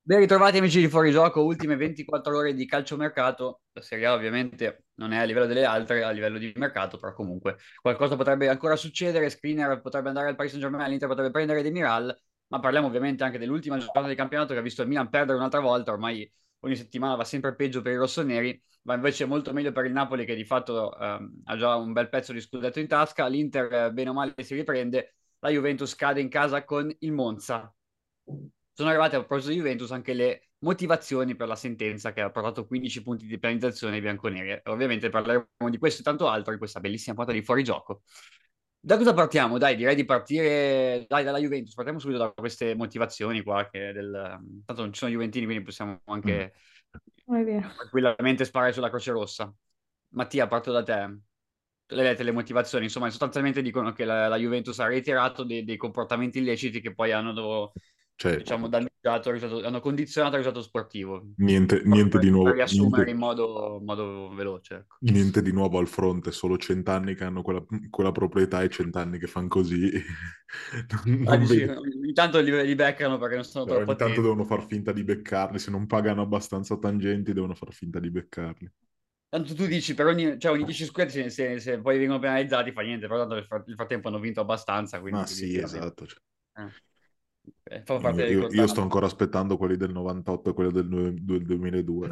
Ben ritrovati amici di Fuorigioco, ultime 24 ore di calciomercato. La Serie A ovviamente non è a livello delle altre, a livello di mercato, però comunque qualcosa potrebbe ancora succedere. Skriniar potrebbe andare al Paris Saint-Germain, l'Inter potrebbe prendere Demiral, ma parliamo ovviamente anche dell'ultima giornata di campionato che ha visto il Milan perdere un'altra volta. Ormai ogni settimana va sempre peggio per i rossoneri, ma invece molto meglio per il Napoli che di fatto ha già un bel pezzo di scudetto in tasca. L'Inter bene o male si riprende, la Juventus cade in casa con il Monza. Sono arrivate a proposito di Juventus anche le motivazioni per la sentenza che ha portato 15 punti di penalizzazione ai bianconeri. Ovviamente parleremo di questo e tanto altro in questa bellissima puntata di Fuorigioco. Da cosa partiamo? Dai, direi di partire dalla Juventus. Partiamo subito da queste motivazioni qua, tanto non ci sono Juventini, quindi possiamo Mm. anche È vero. tranquillamente sparare sulla Croce Rossa. Mattia, parto da te. Le lettere, le motivazioni, insomma, sostanzialmente dicono che la Juventus ha ritirato dei comportamenti illeciti che poi hanno, Cioè, diciamo, danneggiato hanno condizionato il risultato sportivo. niente Per, di per nuovo, riassumere in modo veloce, ecco. niente di nuovo al fronte, solo 100 anni che hanno quella proprietà e 100 anni che fanno così. Ah, Non dici, vedo. ogni tanto li beccano perché non sono troppo Ogni tanto attenti. devono far finta di beccarli, se non pagano abbastanza tangenti devono far finta di beccarli. Tanto tu dici, per ogni 10 squadre, se poi vengono penalizzati, fa niente, però tanto nel frattempo hanno vinto abbastanza, Ma quindi sì, obiettivamente esatto. Cioè, fa parte io, del io- io sto contratto. ancora aspettando quelli del 98 e quelli del 2002.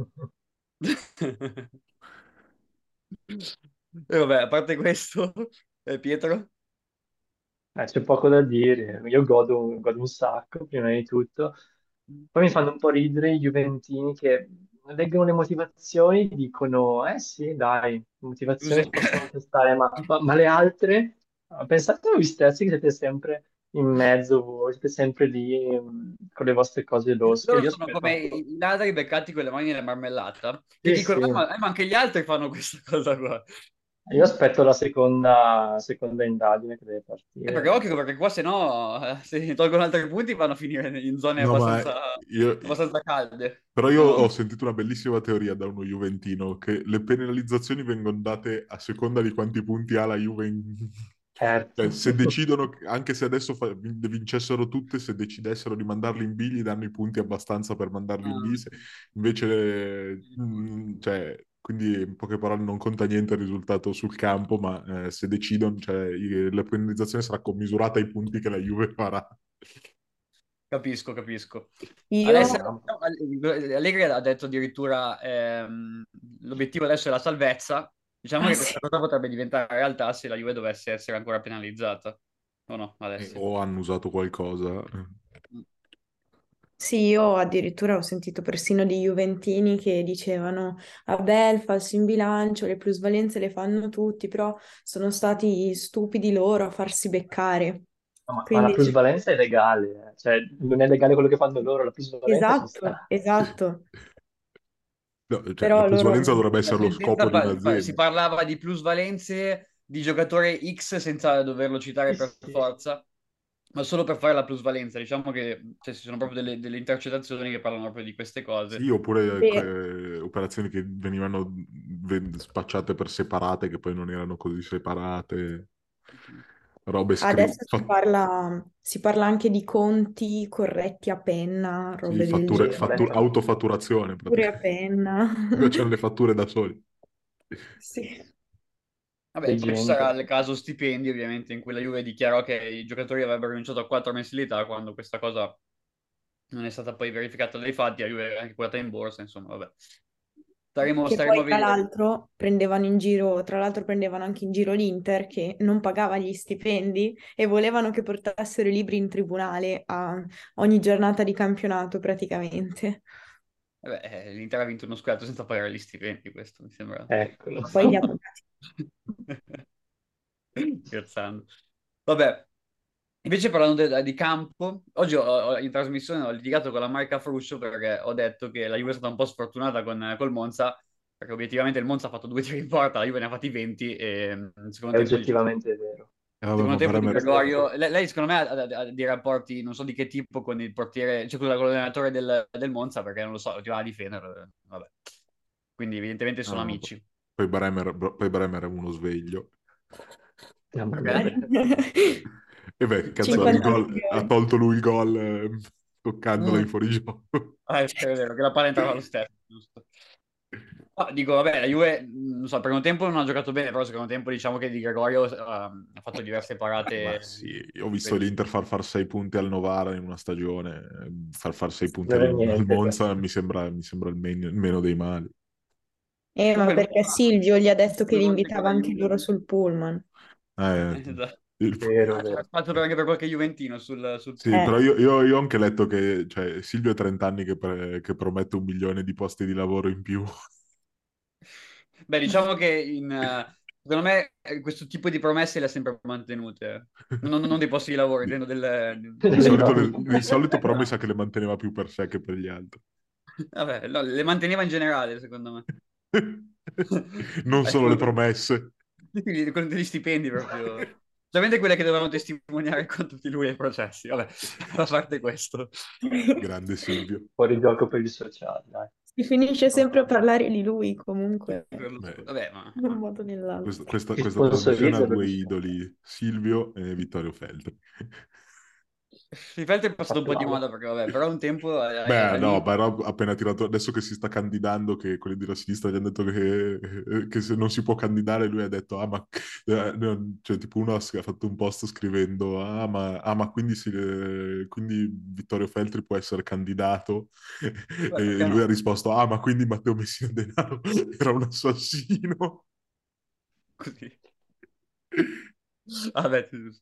E vabbè, a parte questo, Pietro? C'è poco da dire, io godo un sacco, prima di tutto. Poi mi fanno un po' ridere i juventini che leggono le motivazioni, dicono, eh sì, dai, le motivazioni Giuseppe. ci possono anche stare, ma le altre? Pensate a voi stessi che siete sempre in mezzo, voi siete sempre lì con le vostre cose losche. Loro Io sono aspetto come ancora. i ladri beccati con le mani nella marmellata, che Sì, dicono, sì. ma anche gli altri fanno questa cosa qua. Io aspetto la seconda indagine che deve Perché partire. occhio, perché qua se no, se tolgono altri punti vanno a finire in zone No, ma io, abbastanza calde. Però io No? ho sentito una bellissima teoria da uno juventino, che le penalizzazioni vengono date a seconda di quanti punti ha la Juve. Cioè, Certo. se decidono, anche se adesso vincessero tutte, se decidessero di mandarli in B, gli danno i punti abbastanza per mandarli in B. Ah. Invece, cioè, quindi in poche parole non conta niente il risultato sul campo, ma se decidono, cioè, la penalizzazione sarà commisurata ai punti che la Juve farà. Capisco, capisco. Eh, Ma Alessia, no. no, Allegri ha detto addirittura l'obiettivo adesso è la salvezza. Diciamo Ah, che sì. questa cosa potrebbe diventare realtà se la Juve dovesse essere ancora penalizzata. O no, Alessia? O hanno usato qualcosa. Sì, io addirittura ho sentito persino di Juventini che dicevano, vabbè, il falso in bilancio, le plusvalenze le fanno tutti, però sono stati stupidi loro a farsi beccare. Ma la Quindi, plusvalenza è legale, eh. Cioè non è legale quello che fanno loro, la plusvalenza ci esatto, sta. esatto. No, cioè, la Però plusvalenza loro, dovrebbe La essere lo sentenza scopo di si un'azienda. parlava di plusvalenze di giocatore X senza doverlo Sì, citare per sì. forza, ma solo per fare la plusvalenza. Diciamo che cioè, ci sono proprio delle intercettazioni che parlano proprio di queste cose. Sì, oppure beh, operazioni che venivano spacciate per separate, che poi non erano così separate, robe adesso scritte, si parla anche di conti corretti a penna, sì, robe del Sì, ho genere. letto. autofatturazione Pure a praticamente. penna. Facevano le fatture da soli. Sì. Vabbè, Dei poi ci geni sarà il questi. caso stipendi, ovviamente, in cui la Juve dichiarò che i giocatori avrebbero rinunciato a 4 mensilità quando questa cosa non è stata poi verificata dai fatti, la Juve è anche quotata in borsa, insomma, vabbè. Che Staremo poi a vedere. tra l'altro prendevano anche in giro l'Inter che non pagava gli stipendi e volevano che portassero i libri in tribunale a ogni giornata di campionato praticamente. Vabbè, l'Inter ha vinto uno scudetto senza pagare gli stipendi, questo mi sembra. Eccolo. Ma poi gli avvocati. Scherzando. Vabbè, invece parlando di campo, oggi in trasmissione ho litigato con la Marca Fruscio perché ho detto che la Juve è stata un po' sfortunata col Monza, perché obiettivamente il Monza ha fatto due tiri in porta, la Juve ne ha fatti 20 e È secondo tempo, diciamo, oggettivamente vero. Vabbè, secondo ma tempo di Bremer, Gregorio, lei secondo me ha dei rapporti non so di che tipo con il portiere, cioè scusa, con l'allenatore del Monza perché non lo so, ti va a difendere, vabbè. Quindi evidentemente sono no, amici. poi Bremer è uno sveglio. Mamma mia. Perché? Magari. E beh, cazzo, 50 ha milioni. tolto lui il gol, toccandola in fuorigioco. È vero, che la palla entrava lo stesso, giusto. No, dico, vabbè, la Juve, non so, il primo tempo non ha giocato bene, però il secondo tempo diciamo che Di Gregorio ha fatto diverse Ma parate. sì, io ho visto l'Inter far 6 punti al Novara in una stagione, far 6 punti Non è al niente Monza questo. mi sembra il meno dei mali. Ma Comunque il perché Monza Silvio gli ha detto che due li volte con invitava la anche Juve. loro sul pullman. Esatto. Il- Vero, C'era vero. spazio anche per qualche Juventino sul Sì, Eh, però io ho anche letto che cioè, Silvio ha 30 anni che promette 1 milione di posti di lavoro in più. Beh, diciamo che secondo me questo tipo di promesse le ha sempre mantenute. Non dei posti di lavoro, Di, intendo di Delle solito, nomine. di solito però mi sa che le manteneva più per sé che per gli altri. Vabbè, no, le manteneva in generale, secondo me. Non Dai, solo le promesse. con degli stipendi proprio. Solamente quelle che dovevano testimoniare contro di lui ai processi. Vabbè, a parte questo. Grande Silvio. Fuori gioco per i sociali, dai. Si finisce sempre a parlare di lui comunque, Beh, Vabbè, ma in un modo o nell'altro. Si questa trasmissione ha sponsorizza per due i sociali. idoli, Silvio e Vittorio Feltri. il Feltri è passato un po' di Fattuale. moda perché, vabbè, però un tempo Beh, no, all'Inter. però appena tirato, adesso che si sta candidando, che quelli della sinistra gli hanno detto che se non si può candidare, lui ha detto, ah, ma, cioè, tipo uno ha fatto un post scrivendo, ma quindi, quindi Vittorio Feltri può essere candidato? Beh, E perché lui ha no? risposto, ah, ma quindi Matteo Messina Denaro era un assassino? Così. Vabbè, giusto.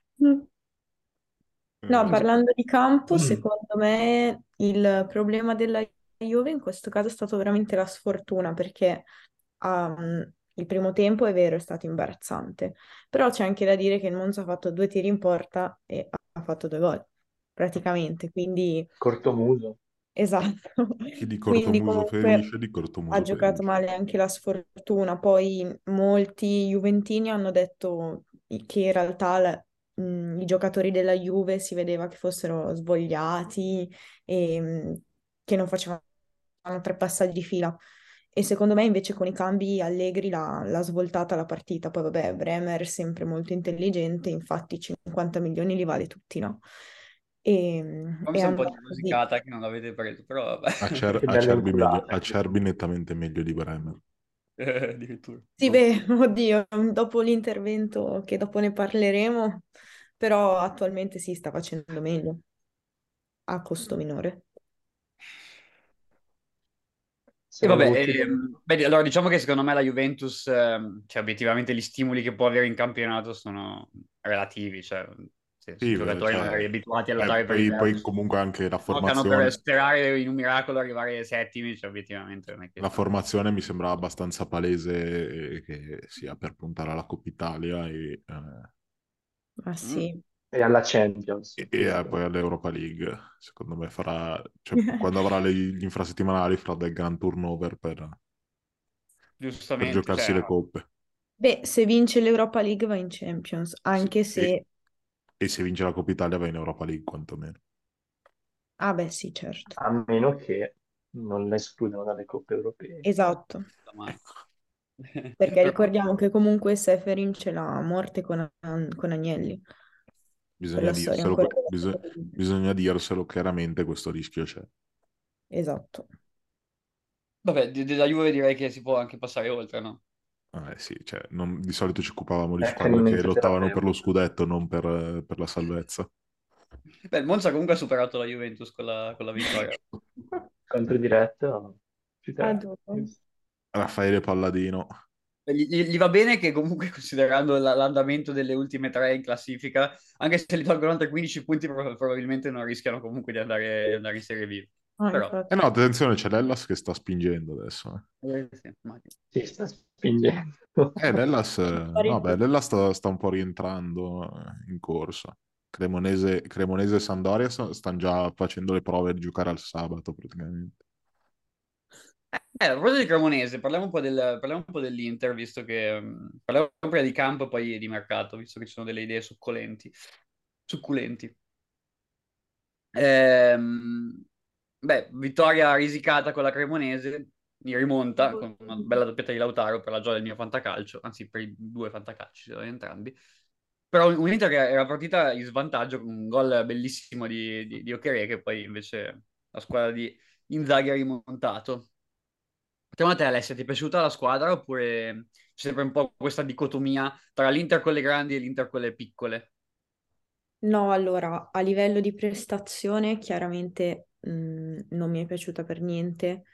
No, Eh, parlando di campo, Mm. secondo me il problema della Juve in questo caso è stato veramente la sfortuna, perché il primo tempo è vero, è stato imbarazzante, però c'è anche da dire che il Monza ha fatto 2 tiri in porta e ha fatto 2 gol, praticamente, quindi Cortomuso. esatto. chi di Quindi cortomuso comunque ferisce, di ha cortomuso giocato perisce. male anche la sfortuna. Poi molti juventini hanno detto che in realtà i giocatori della Juve si vedeva che fossero svogliati e che non facevano 3 passaggi di fila. E secondo me invece con i cambi Allegri l'ha svoltata la partita. Poi vabbè, Bremer è sempre molto intelligente, infatti 50 milioni li vale tutti, no? Qua mi E sa un po' andò di così. musicata che non l'avete preso, però vabbè. Che bella inculata. Acerbi nettamente meglio di Bremer. Addirittura. Sì, beh, oddio, dopo l'intervento che dopo ne parleremo, però attualmente sì, sta facendo meglio, a costo minore. E Siamo vabbè, tutti dentro. beh, allora diciamo che secondo me la Juventus, cioè obiettivamente gli stimoli che può avere in campionato sono relativi, cioè Sì, i giocatori magari cioè, abituati a lottare per il poi terzo, comunque anche giocano per sperare in un miracolo arrivare settimi, cioè obiettivamente non è che la stanno. formazione mi sembrava abbastanza palese che sia per puntare alla Coppa Italia Ma Mm. sì. E alla Champions. poi all'Europa League. Secondo me farà, cioè, quando avrà gli infrasettimanali farà del gran turnover per Giustamente, giocarsi cioè, le coppe. Beh, se vince l'Europa League va in Champions, Sì, anche E, se... e se vince la Coppa Italia va in Europa League quantomeno. Ah beh, sì, certo. A meno che non la escludano dalle coppe europee. Esatto, insomma, perché però ricordiamo che comunque Seferin ce l'ha a morte con Agnelli, per Bisogna la storia dirselo, ancora della Coppa d'Italia. bisogna dirselo chiaramente, questo rischio c'è. Esatto. vabbè, della Juve direi che si può anche passare oltre, no? Sì, cioè, di solito ci occupavamo di squadre che Accanimento lottavano per lo terapeutico. scudetto, non per la salvezza. Beh, il Monza comunque ha superato la Juventus con la vittoria. Contro diretto, più 3. Adoro. Raffaele Palladino. Gli va bene che comunque considerando l'andamento delle ultime tre in classifica, anche se li tolgono altri 15 punti, probabilmente non rischiano comunque di andare in Serie B. Ah, Però, Eh infatti. no, attenzione, c'è l'Hellas che sta spingendo adesso. sì, immagino. Si sta spingendo. L'Hellas, no, beh, Parecchio. l'Hellas sta un po' rientrando in corsa. Cremonese e Sampdoria stanno già facendo le prove di giocare al sabato praticamente. A proposito di Cremonese, parliamo un po' dell'Inter, visto che parliamo prima di campo e poi di mercato, visto che ci sono delle idee succulenti. Ehm, Beh, vittoria risicata con la Cremonese, in rimonta, con una bella doppietta di Lautaro per la gioia del mio fantacalcio, anzi per i due fantacalci, entrambi. Però un Inter che era partita in svantaggio con un gol bellissimo di Okerè, che poi invece la squadra di Inzaghi ha rimontato. Secondo te, Alessia, ti è piaciuta la squadra oppure c'è sempre un po' questa dicotomia tra l'Inter quelle grandi e l'Inter quelle piccole? No, allora, a livello di prestazione, chiaramente non mi è piaciuta per niente.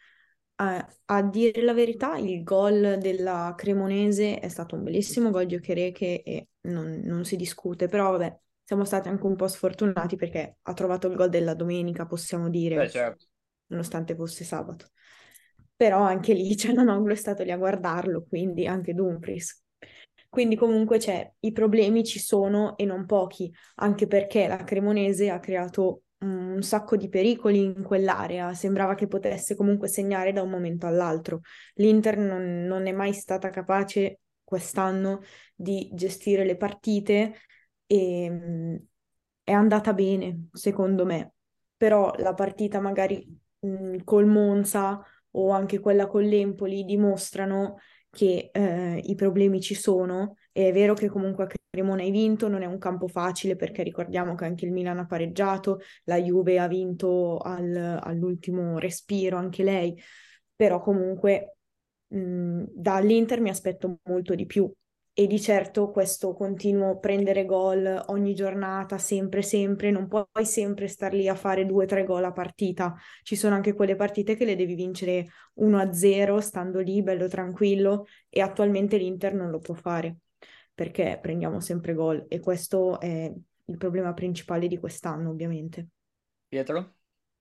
A dire la verità, il gol della Cremonese è stato un bellissimo gol di Okereke e non si discute, però vabbè, siamo stati anche un po' sfortunati perché ha trovato il gol della domenica, possiamo Beh, dire, certo. nonostante fosse sabato. Però anche lì Cialanoglu è stato lì a guardarlo, quindi anche Dumfries. Quindi comunque c'è, i problemi ci sono e non pochi, anche perché la Cremonese ha creato un sacco di pericoli in quell'area, sembrava che potesse comunque segnare da un momento all'altro. L'Inter non è mai stata capace quest'anno di gestire le partite e è andata bene, secondo me. Però la partita magari col Monza o anche quella con l'Empoli dimostrano che i problemi ci sono. E è vero che comunque a Cremona hai vinto, non è un campo facile perché ricordiamo che anche il Milan ha pareggiato, la Juve ha vinto all'ultimo respiro anche lei, però comunque dall'Inter mi aspetto molto di più. E di certo questo continuo prendere gol ogni giornata, sempre, sempre, non puoi sempre star lì a fare 2 o 3 gol a partita. Ci sono anche quelle partite che le devi vincere 1-0, stando lì, bello tranquillo, e attualmente l'Inter non lo può fare perché prendiamo sempre gol e questo è il problema principale di quest'anno, ovviamente. Pietro?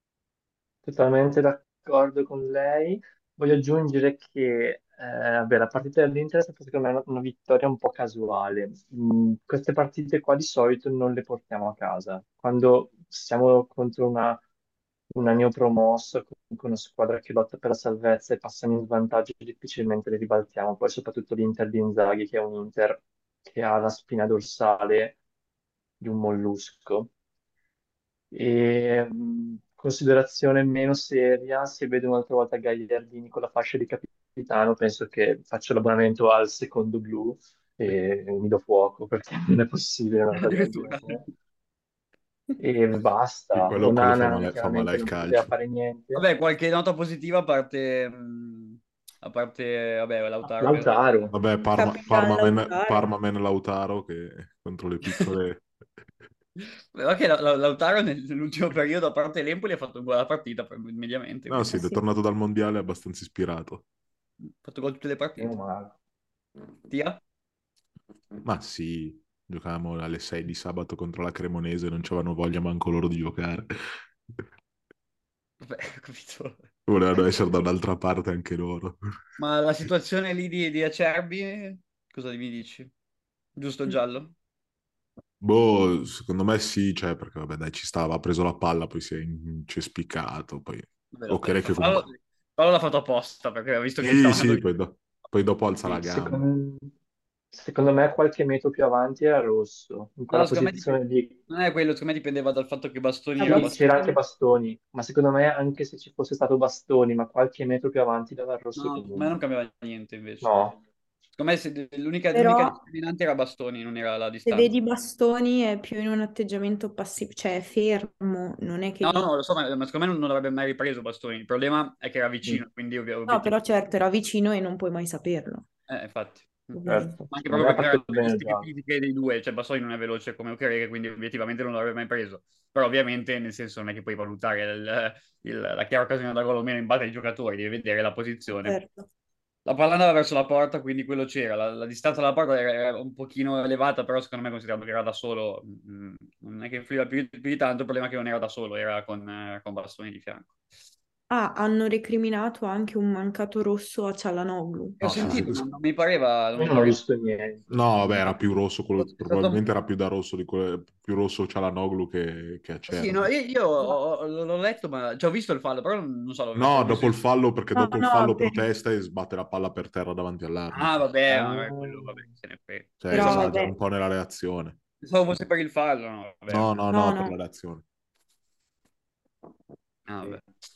Totalmente d'accordo con lei. Voglio aggiungere che vabbè, la partita dell'Inter è stata secondo me una vittoria un po' casuale. Queste partite qua di solito non le portiamo a casa. Quando siamo contro una neopromossa, comunque una squadra che lotta per la salvezza e passano in svantaggio, difficilmente le ribaltiamo. Poi soprattutto l'Inter di Inzaghi, che è un Inter che ha la spina dorsale di un mollusco. E considerazione meno seria, se vedo un'altra volta Gagliardini con la fascia di capitano, penso che faccio l'abbonamento al secondo blu e mi do fuoco perché non è possibile una cosa del Addirittura. genere. E Sì, basta. quello Onana fa male chiaramente al non poteva calcio. fare niente. Vabbè, qualche nota positiva a parte, vabbè, Lautaro che... Lautaro, Vabbè, Capitan Lautaro. Parma meno Lautaro che contro le piccole. Però che Lautaro nell'ultimo periodo, a parte l'Empoli, ha fatto un gol alla partita mediamente, No, quindi sì, ha è Sì. tornato dal mondiale abbastanza ispirato. fatto gol tutte le meno partite. male. Tia? Ma sì, giocavamo alle 6 di sabato contro la Cremonese, non c'avevano voglia manco loro di giocare. Vabbè, ho capito. Volevano essere da un'altra parte anche loro. Ma la situazione lì di Acerbi, cosa mi dici? Giusto giallo? Boh, secondo me sì, cioè, perché vabbè, dai, ci stava, ha preso la palla, poi si è incespiccato, poi... Vabbè, Ok, che Fallo, comunque... fallo l'ha fatto apposta, perché ho visto che gli Sì, stava andando sì, via. poi dopo alza la Sì, gamba. secondo me qualche metro più avanti era rosso, in No, quella secondo me posizione lì. non è quello, secondo me dipendeva dal fatto che Bastoni A era Sì, c'era anche Bastoni. Bastoni, ma secondo me anche se ci fosse stato Bastoni, ma qualche metro più avanti dava il rosso No, secondo me non comunque. cambiava niente invece. No, Secondo me l'unica Però discriminante era Bastoni, non era la se distanza. vedi Bastoni è più in un atteggiamento passivo, cioè è fermo, non è che No, no, lì... no, lo so, ma secondo me non avrebbe mai ripreso Bastoni. Il problema è che era mm, vicino, quindi No, però obiettivamente. certo era vicino e non puoi mai saperlo, Infatti. ovviamente. certo, Ma anche secondo proprio me ha perché era fatto le bene il caratteristiche giallo. fisiche dei due, cioè Bastoni non è veloce come Okereke, quindi obiettivamente non l'avrebbe mai preso. Però ovviamente, nel senso, non è che puoi valutare la chiara occasione da gol o meno in base ai giocatori, devi vedere la posizione. Certo. La palla andava verso la porta, quindi quello c'era. La distanza dalla porta era un pochino elevata, però secondo me considerando che era da solo, non è che influiva più di tanto, il problema è che non era da solo, era con Bastoni di fianco. Ah, hanno recriminato anche un mancato rosso a Cialanoglu. E ho No, sì, sentito, non mi pareva, non Io mi non ho pareva. visto niente. no, vabbè, era più rosso, È stato probabilmente era più da rosso, più rosso Cialanoglu che Sì, no, Acerbi. io l'ho letto, ma cioè, ho visto il fallo, però non so, No, l'ho visto dopo il fallo, perché No, dopo il no, fallo protesta e sbatte la palla per terra davanti Ah, all'arbitro. vabbè, Ah, ma quello, vabbè, se ne frega. Cioè, però esagera vabbè, un po' nella reazione. Pensavo fosse per il fallo, no, vabbè. No, no, no, no, per no. la reazione. Ah, vabbè.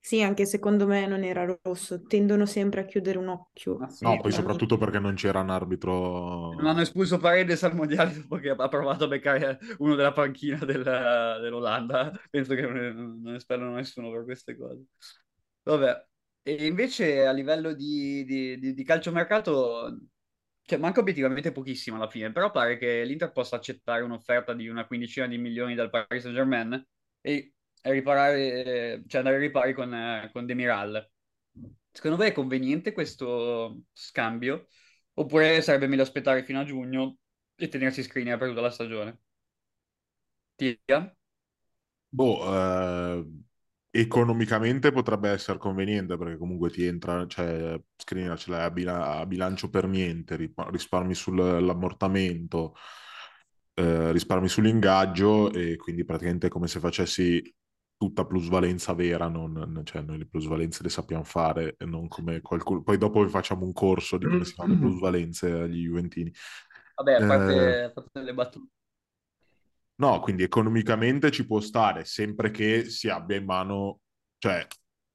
Sì, anche secondo me non era rosso, tendono sempre a chiudere un occhio. Ma sì, No, poi Ultimamente. soprattutto perché non c'era un non hanno arbitro. espulso Paredes al mondiale dopo che ha provato a beccare uno della panchina dell'Olanda. Penso che non espellano nessuno per queste cose. Vabbè, e invece a livello di calciomercato, cioè manca obiettivamente pochissimo alla fine, però pare che l'Inter possa accettare un'offerta di una quindicina di milioni dal Paris Saint-Germain e riparare, cioè andare ai ripari con Demiral. Secondo voi è conveniente questo scambio? Oppure sarebbe meglio aspettare fino a giugno e tenersi Skriniar per tutta la stagione? Tia? Boh, economicamente potrebbe essere conveniente perché comunque ti entra, cioè Skriniar ce l'hai a bilancio per niente, risparmi sull'ammortamento, risparmi sull'ingaggio e quindi praticamente è come se facessi tutta plusvalenza vera, cioè noi le plusvalenze le sappiamo fare, e non come qualcuno. Poi dopo vi facciamo un corso di come si fanno le plusvalenze agli Juventini. Vabbè, Eh, a parte le battute. No, quindi economicamente ci può stare, sempre che si abbia in mano, cioè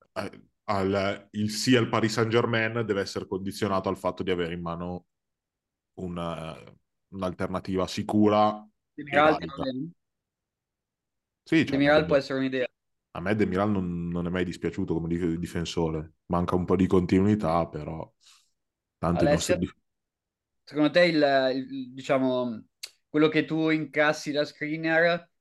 il sì al Paris Saint-Germain deve essere condizionato al fatto di avere in mano una- un'alternativa sicura e Demiral ti va valida. bene? Sì, cioè, Demiral può essere un'idea. a me Demiral non è mai dispiaciuto come difensore. Manca un po' di continuità, però tanto i nostri. Alessia, secondo te diciamo, quello che tu incassi da Skriniar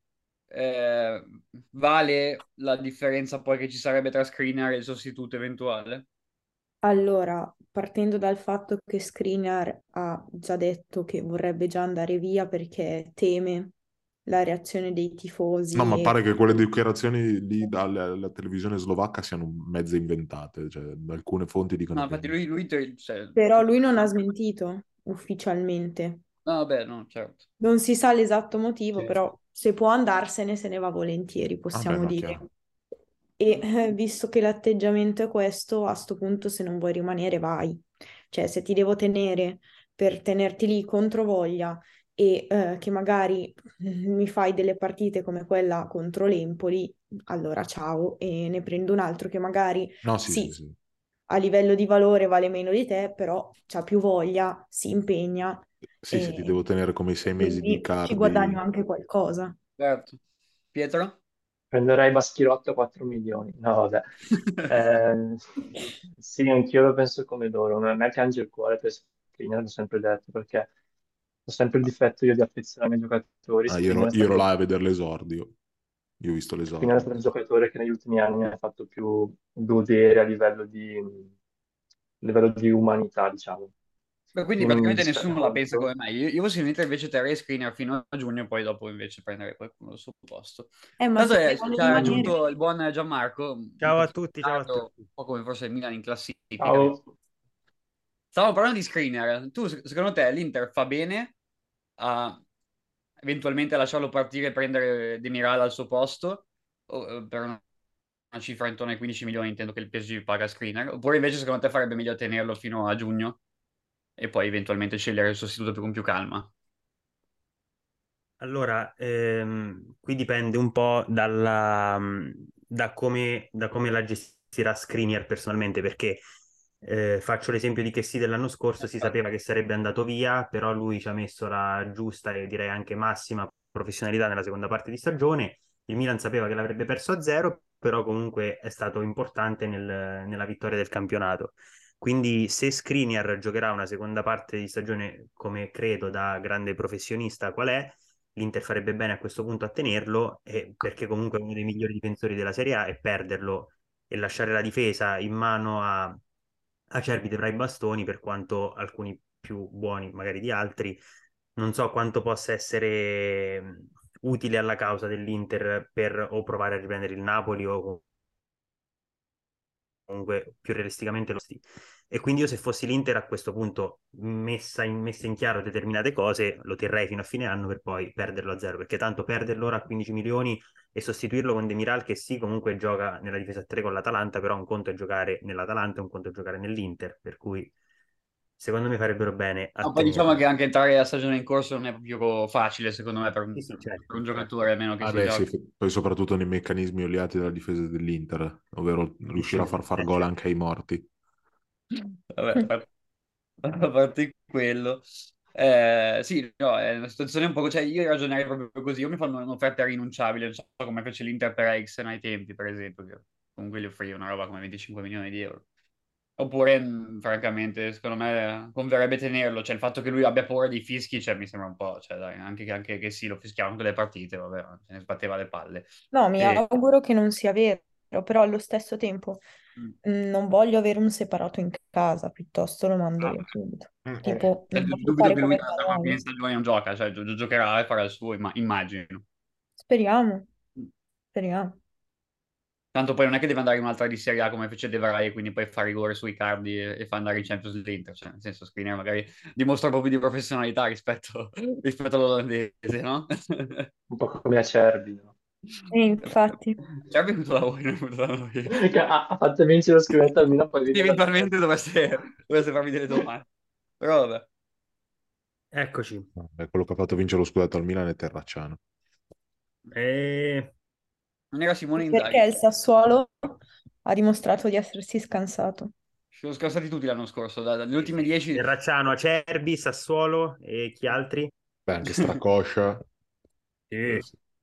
eh, vale la differenza poi che ci sarebbe tra Skriniar e il sostituto eventuale? Allora, partendo dal fatto che Skriniar ha già detto che vorrebbe già andare via perché teme la reazione dei No, tifosi ma e pare che quelle dichiarazioni lì dalla televisione slovacca siano mezze inventate, cioè alcune fonti dicono No, che. infatti cioè, però lui non ha smentito ufficialmente. no, vabbè, no, certo. Non si sa l'esatto motivo, Sì. però se può andarsene se ne va volentieri, Vabbè, possiamo ma dire. chiaro. E visto che l'atteggiamento è questo, a sto punto se non vuoi rimanere, vai. Cioè, se ti devo tenere per tenerti lì contro voglia e che magari mi fai delle partite come quella contro l'Empoli, allora ciao e ne prendo un altro che magari No, sì, sì, sì, sì. a livello di valore vale meno di te, però c'ha più voglia, si impegna Sì, se ti e devo tenere come i 6 mesi di quindi ci guadagno Cardi. anche qualcosa. Certo. Pietro? Prenderei Baschirotto a 4 milioni. No, vabbè. Eh, sì, anch'io lo penso come loro. A me piange il cuore per Skriniar, l'ho sempre detto, perché ho sempre il difetto io di affezionarmi ai giocatori. Ah, io ero là a vedere l'esordio. Io ho visto Skriniar è l'esordio. stato il giocatore che negli ultimi anni mi ha fatto più godere a livello di umanità, diciamo. Beh, quindi Quindi mi praticamente dispiace nessuno la pensa come molto. me. Io possibilmente invece terrei Skriniar fino a giugno, poi dopo invece prendere qualcuno al suo posto. Ma Tanto se ne vuole ci ha rimanere. raggiunto il buon Gianmarco, un Ciao a pochino in tutti, ciao a ritardo, tutti. un po' come forse il Milan in classifica. Ciao. Stavamo parlando di Skriniar. Tu, secondo te, l'Inter fa bene a eventualmente lasciarlo partire e prendere Demiral al suo posto? Per una cifra intorno ai 15 milioni, intendo che il PSG paga a Skriniar? Oppure invece secondo te farebbe meglio tenerlo fino a giugno e poi eventualmente scegliere il sostituto con più calma? Allora, qui dipende un po' da come la gestirà Skriniar personalmente, perché faccio l'esempio di Kessie dell'anno scorso, si sapeva che sarebbe andato via, però lui ci ha messo la giusta e direi anche massima professionalità nella seconda parte di stagione. Il Milan sapeva che l'avrebbe perso a zero, però comunque è stato importante nella vittoria del campionato. Quindi se Skriniar giocherà una seconda parte di stagione come credo da grande professionista qual è, l'Inter farebbe bene a questo punto a tenerlo, perché comunque è uno dei migliori difensori della Serie A e perderlo e lasciare la difesa in mano a Acerbi tra i bastoni, per quanto alcuni più buoni magari di altri, non so quanto possa essere utile alla causa dell'Inter per o provare a riprendere il Napoli o comunque più realisticamente lo sti. E quindi io se fossi l'Inter a questo punto messa in chiaro determinate cose, lo terrei fino a fine anno per poi perderlo a zero, perché tanto perderlo ora a 15 milioni e sostituirlo con Demiral che sì, comunque gioca nella difesa a 3 con l'Atalanta, però un conto è giocare nell'Atalanta e un conto è giocare nell'Inter, per cui secondo me farebbero bene a No, poi diciamo tenerlo. che anche entrare la stagione in corso non è proprio facile, secondo me, Sì, sì, per certo, un certo. giocatore, a meno che Ah sia beh, già... sì, poi soprattutto nei meccanismi oliati della difesa dell'Inter, ovvero Sì, riuscire sì, a far gol certo. anche ai morti. Vabbè, a parte quello. Sì, no, è una situazione un po'... Cioè, io ragionerei proprio così. Io mi fanno un'offerta irrinunciabile, non so come fece l'Inter per Eriksen ai tempi, per esempio, che comunque gli offrì una roba come 25 milioni di euro. Oppure, francamente, secondo me converrebbe tenerlo. Cioè, il fatto che lui abbia paura dei fischi, cioè, mi sembra un po'... Cioè, dai, anche che sì, lo fischiavano tutte le partite, vabbè, se ne sbatteva le palle. No, mi E... auguro che non sia vero, però allo stesso tempo non voglio avere un separato in casa, piuttosto lo mando Ah, via subito. Mm. Tipo, cioè, non voglio dubito fare che lui come tra una fine Varane. stagione non gioca, cioè giocherà e farà il suo, immagino. Speriamo, speriamo. Tanto poi non è che deve andare in un'altra di Serie A come fece De Vrij, quindi poi fa rigore sui cardi e fa andare in Champions League. Cioè, nel senso, Skriniar magari dimostra un po' più di professionalità rispetto all'olandese, no? Un po' come Acerbi, no? Infatti. Ci ha venuto da voi, non è venuto da noi. Che ha fatto vincere lo scudetto al Milan, poi viene da noi. Eventualmente dovesse farmi delle domande. Però vabbè. Eccoci. Quello che ha fatto vincere lo scudetto al Milan è Terracciano. E... Non era Simone Perché Inzaghi. il Sassuolo ha dimostrato di essersi scansato. Ci sono scassati tutti l'anno scorso, dagli Sì, ultimi sì. 10. Terracciano, Acerbi, Sassuolo e chi altri? Beh, anche Stracoscia Sì.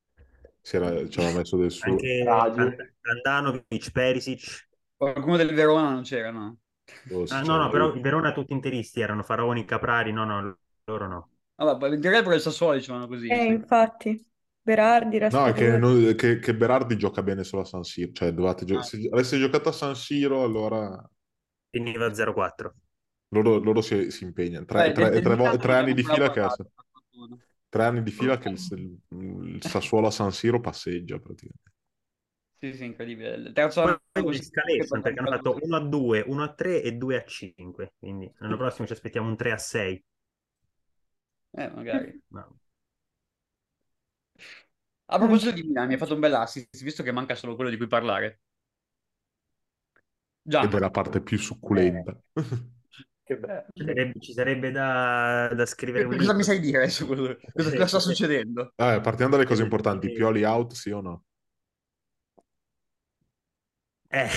ci aveva messo del suo. Anche Radu. Andanovic, Perisic. Qualcuno del Verona non c'era, no? Oh, sì, Ah, no, c'era no, però lui. il Verona tutti interisti erano Faraoni, Caprari, no, no, loro no. Vabbè, poi in teoria pure il Sassuolo dicevano così, sì. Infatti, Berardi, No, è che, Raspadori. che Berardi gioca bene solo a San Siro. Cioè, Ah, se avesse giocato a San Siro, allora Finiva 0-4. loro si impegnano. vabbè, del Milan Tre non anni abbiamo di ancora fila parlato, per fortuna. 3 anni di fila che il Sassuolo a San Siro passeggia praticamente. Sì, sì, incredibile. Il terzo Poi anno consecutivo che l'escalation, perché portiamo in hanno fatto Champions 1-2, 1-3 e 2-5. Quindi l'anno prossimo ci aspettiamo un 3-6. League. Magari. No. A Mm. proposito di Milan, mi ha fatto un bel assist, visto che manca solo quello di cui parlare. Ed è Già, la parte più Eh, succulenta. Che bello. ci sarebbe da scrivere un cosa mi libro. sai dire su cosa sta succedendo? Partiamo dalle cose importanti. Eh, Pioli out, sì o no? eh,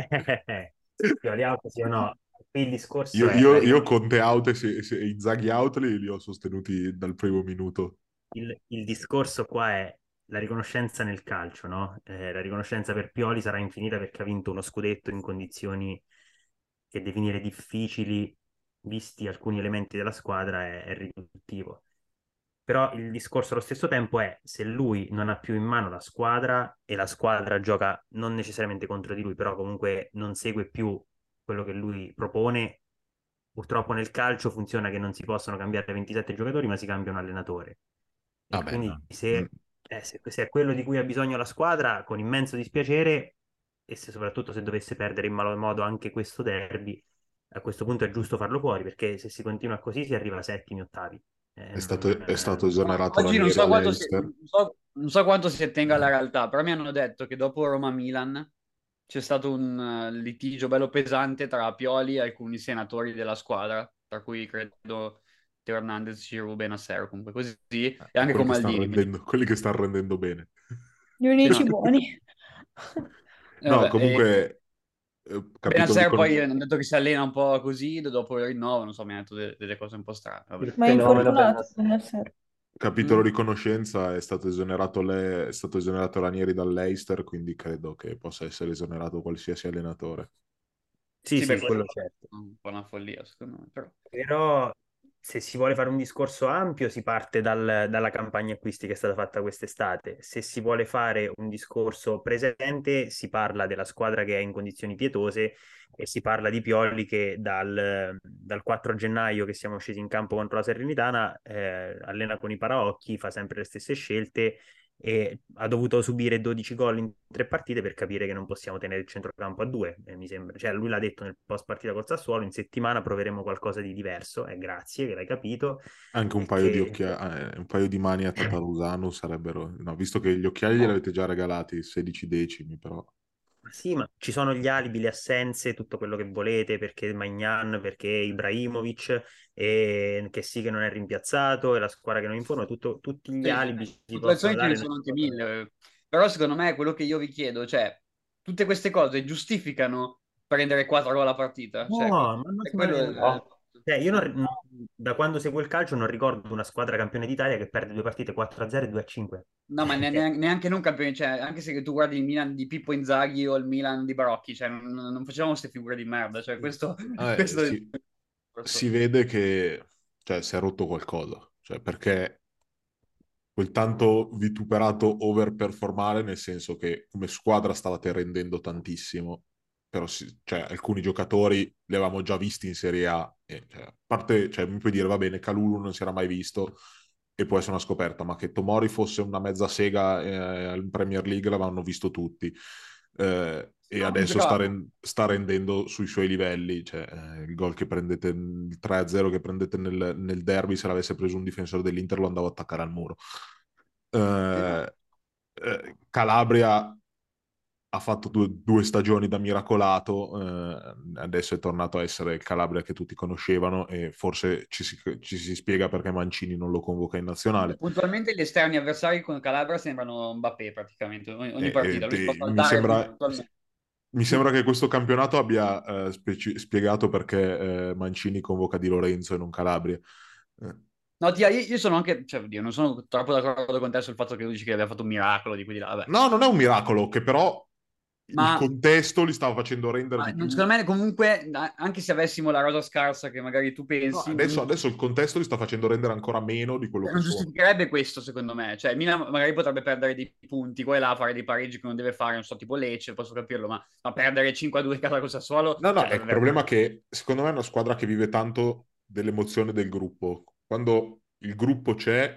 Pioli out, sì o no? Qui il discorso Io, è la io, io Conte out e Inzaghi out li ho sostenuti dal primo minuto. il discorso qua è la riconoscenza nel calcio, no? La riconoscenza per Pioli sarà infinita perché ha vinto uno scudetto in condizioni che definire difficili, visti alcuni elementi della squadra, è riduttivo. Però il discorso allo stesso tempo è se lui non ha più in mano la squadra e la squadra gioca non necessariamente contro di lui, però comunque non segue più quello che lui propone. Purtroppo nel calcio funziona che non si possono cambiare 27 giocatori, ma si cambia un allenatore. E Vabbè, quindi no. se è quello di cui ha bisogno la squadra, con immenso dispiacere, e se soprattutto se dovesse perdere in malo modo anche questo derby, a questo punto è giusto farlo fuori, perché se si continua così si arriva a settimi, ottavi. È stato Ma esonerato oggi non Ranieri so quanto si, all'Eister. non so quanto si attenga alla realtà, però mi hanno detto che dopo Roma-Milan c'è stato un litigio bello pesante tra Pioli e alcuni senatori della squadra, tra cui credo Teo Hernandez, Giroud, Benasser, comunque così, e anche con Maldini. Quelli che stanno rendendo bene. Gli Sì, no. unici buoni. No, Vabbè, comunque, capitolo di Benasser poi hanno detto che si allena un po' così, dopo il rinnovo, non so, mi ha detto delle cose un po' strane. Vabbè. Il Ma è fenomeno infortunato, Benasser. Benasser. capitolo Mm. riconoscenza è stato esonerato Ranieri dall'Eister, quindi credo che possa essere esonerato qualsiasi allenatore. Sì, Sì, beh, sì, quello questo certo. è un po' una follia, secondo me, però. Però se si vuole fare un discorso ampio si parte dalla campagna acquisti che è stata fatta quest'estate. Se si vuole fare un discorso presente si parla della squadra che è in condizioni pietose e si parla di Pioli che dal 4 gennaio che siamo scesi in campo contro la Salernitana allena con i paraocchi, fa sempre le stesse scelte e ha dovuto subire 12 gol in 3 partite per capire che non possiamo tenere il centrocampo a due. Mi sembra. Cioè, lui l'ha detto nel post partita col Sassuolo, in settimana proveremo qualcosa di diverso, e grazie che l'hai capito, Anche e che un paio di mani a Tatarusano sarebbero... No, visto che gli occhiali no, gliel'avete già regalati, 16 decimi, però... Sì, ma ci sono gli alibi, le assenze, tutto quello che volete, perché Maignan, perché Ibrahimovic, e che sì che non è rimpiazzato, e la squadra che non informa, tutti gli Sì, alibi si possono motivazioni ce ne dare. sono anche mille, però secondo me quello che io vi chiedo, cioè, tutte queste cose giustificano prendere 4 gol a partita? No, Cioè, ma, non, è quello No. cioè, io no. da quando seguo il calcio non ricordo una squadra campione d'Italia che perde due partite 4-0 e 2-5. No, ma Cioè, neanche non campioni, cioè, anche se tu guardi il Milan di Pippo Inzaghi o il Milan di Barocchi, cioè, non facevamo queste figure di merda, cioè, questo, Eh, questo, si, si vede che cioè, si è rotto qualcosa, cioè, perché quel tanto vituperato overperformare, nel senso che come squadra stavate rendendo tantissimo, però cioè, alcuni giocatori li avevamo già visti in Serie A, e, cioè, a parte, cioè, mi puoi dire, va bene, Kalulu non si era mai visto, e può essere una scoperta, ma che Tomori fosse una mezza sega in Premier League l'avevano visto tutti. E no, adesso bravo. sta rendendo sui suoi livelli, cioè, il gol che prendete, il 3-0 che prendete nel derby, se l'avesse preso un difensore dell'Inter lo andavo a attaccare al muro. Esatto. Calabria ha fatto due stagioni da miracolato, adesso è tornato a essere il Calabria che tutti conoscevano e forse ci si spiega perché Mancini non lo convoca in nazionale. Puntualmente gli esterni avversari con Calabria sembrano Mbappé praticamente, ogni partita, lui si può Mi saltare sembra, puntualmente. mi sembra che questo campionato abbia spiegato perché Mancini convoca Di Lorenzo e non Calabria. Eh, No, Tia, io sono anche, cioè, oddio, non sono troppo d'accordo con te sul fatto che lui dici che aveva fatto un miracolo di qui di là, vabbè. No, non è un miracolo, che però il Ma contesto li stava facendo rendere Ma di più. secondo me comunque, anche se avessimo la rosa scarsa che magari tu No, pensi, adesso il contesto li sta facendo rendere ancora meno di quello che non sono. giustificherebbe questo secondo me. Cioè, Milan magari potrebbe perdere dei punti qua e là, fare dei pareggi che non deve fare, non so, tipo Lecce, posso capirlo, ma perdere 5-2 in casa con Sassuolo, No, no, cioè, è il problema è che secondo me è una squadra che vive tanto dell'emozione del gruppo. Quando il gruppo c'è,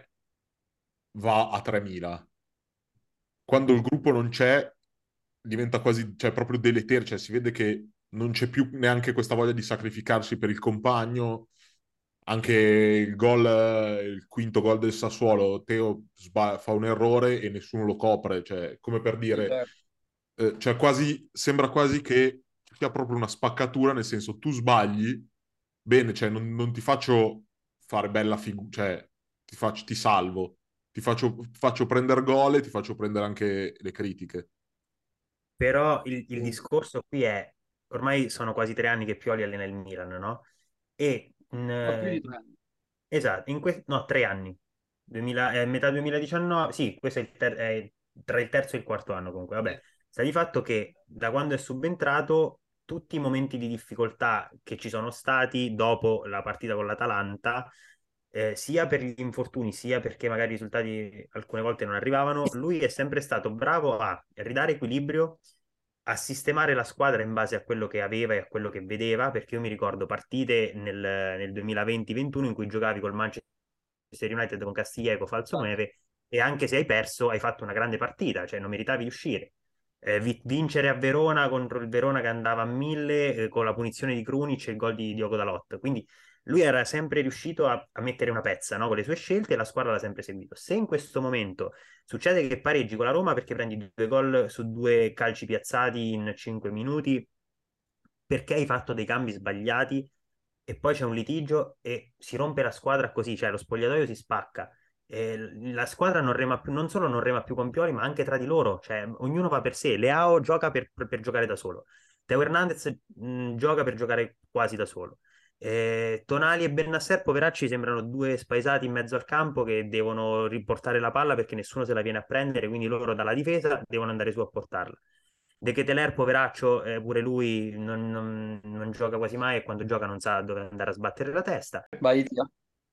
va a 3000. Quando il gruppo non c'è, diventa quasi, cioè proprio deleterio, cioè si vede che non c'è più neanche questa voglia di sacrificarsi per il compagno. Anche il quinto gol del Sassuolo, Teo fa un errore e nessuno lo copre, cioè come per sì, dire, certo. cioè quasi, sembra quasi che sia proprio una spaccatura, nel senso tu sbagli, bene, cioè non ti faccio fare bella figura, cioè ti salvo, ti faccio prendere gol e ti faccio prendere anche le critiche. però il discorso qui è, ormai sono quasi 3 anni che Pioli allena il Milan, no? E No, più di 3 anni. esatto, no, 3 anni. Metà 2019, sì, questo è tra il terzo e il quarto anno comunque. Vabbè, sta di fatto che da quando è subentrato, tutti i momenti di difficoltà che ci sono stati dopo la partita con l'Atalanta, sia per gli infortuni, sia perché magari i risultati alcune volte non arrivavano, lui è sempre stato bravo a ridare equilibrio, a sistemare la squadra in base a quello che aveva e a quello che vedeva, perché io mi ricordo partite nel 2020-21 in cui giocavi col Manchester United con Castillejo, falso Esatto. 9, e anche se hai perso hai fatto una grande partita, cioè non meritavi di uscire. Vincere a Verona contro il Verona che andava a 1000 con la punizione di Krunic e il gol di Diogo Dalot. Quindi lui era sempre riuscito a mettere una pezza, no? Con le sue scelte e la squadra l'ha sempre seguito. Se in questo momento succede che pareggi con la Roma perché prendi 2 gol su 2 calci piazzati in 5 minuti, perché hai fatto dei cambi sbagliati e poi c'è un litigio e si rompe la squadra così, cioè lo spogliatoio si spacca. E la squadra non rema più, non solo non rema più con Pioli, ma anche tra di loro, cioè ognuno va per sé. Leao gioca per giocare da solo. Teo Hernandez gioca per giocare quasi da solo. Tonali e Bennasser, poveracci, sembrano due spaesati in mezzo al campo che devono riportare la palla perché nessuno se la viene a prendere, quindi loro dalla difesa devono andare su a portarla. De Keteler, poveraccio, pure lui non gioca quasi mai e quando gioca non sa dove andare a sbattere la testa. Vai, Tia.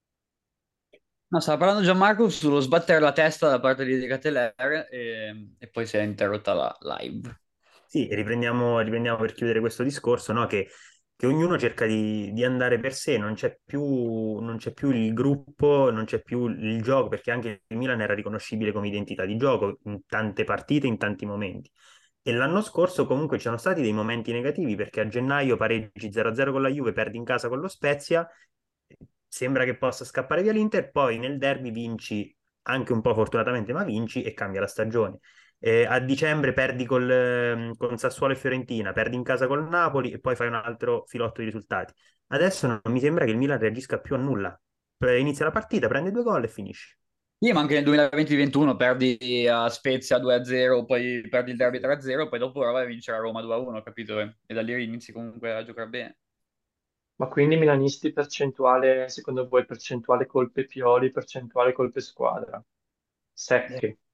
No, stava parlando Gianmarco sullo sbattere la testa da parte di De Catelaere e poi si è interrotta la live. Sì, riprendiamo per chiudere questo discorso, no? Che ognuno cerca di andare per sé, non c'è più il gruppo, non c'è più il gioco, perché anche il Milan era riconoscibile come identità di gioco in tante partite, in tanti momenti. E l'anno scorso comunque ci sono stati dei momenti negativi, perché a gennaio pareggi 0-0 con la Juve, perdi in casa con lo Spezia, sembra che possa scappare via l'Inter, poi nel derby vinci anche un po' fortunatamente, ma vinci e cambia la stagione. A dicembre perdi con Sassuolo e Fiorentina, perdi in casa col Napoli e poi fai un altro filotto di risultati. Adesso non mi sembra che il Milan reagisca più a nulla. Inizia la partita, prende 2 gol e finisce. Sì, ma anche nel 2020-21 perdi a Spezia 2-0, poi perdi il derby 3-0, poi dopo vai a vincere a Roma 2-1, capito? E da lì inizi comunque a giocare bene. Ma quindi milanisti percentuale, secondo voi percentuale colpe Pioli, percentuale colpe squadra? Eh, Secche.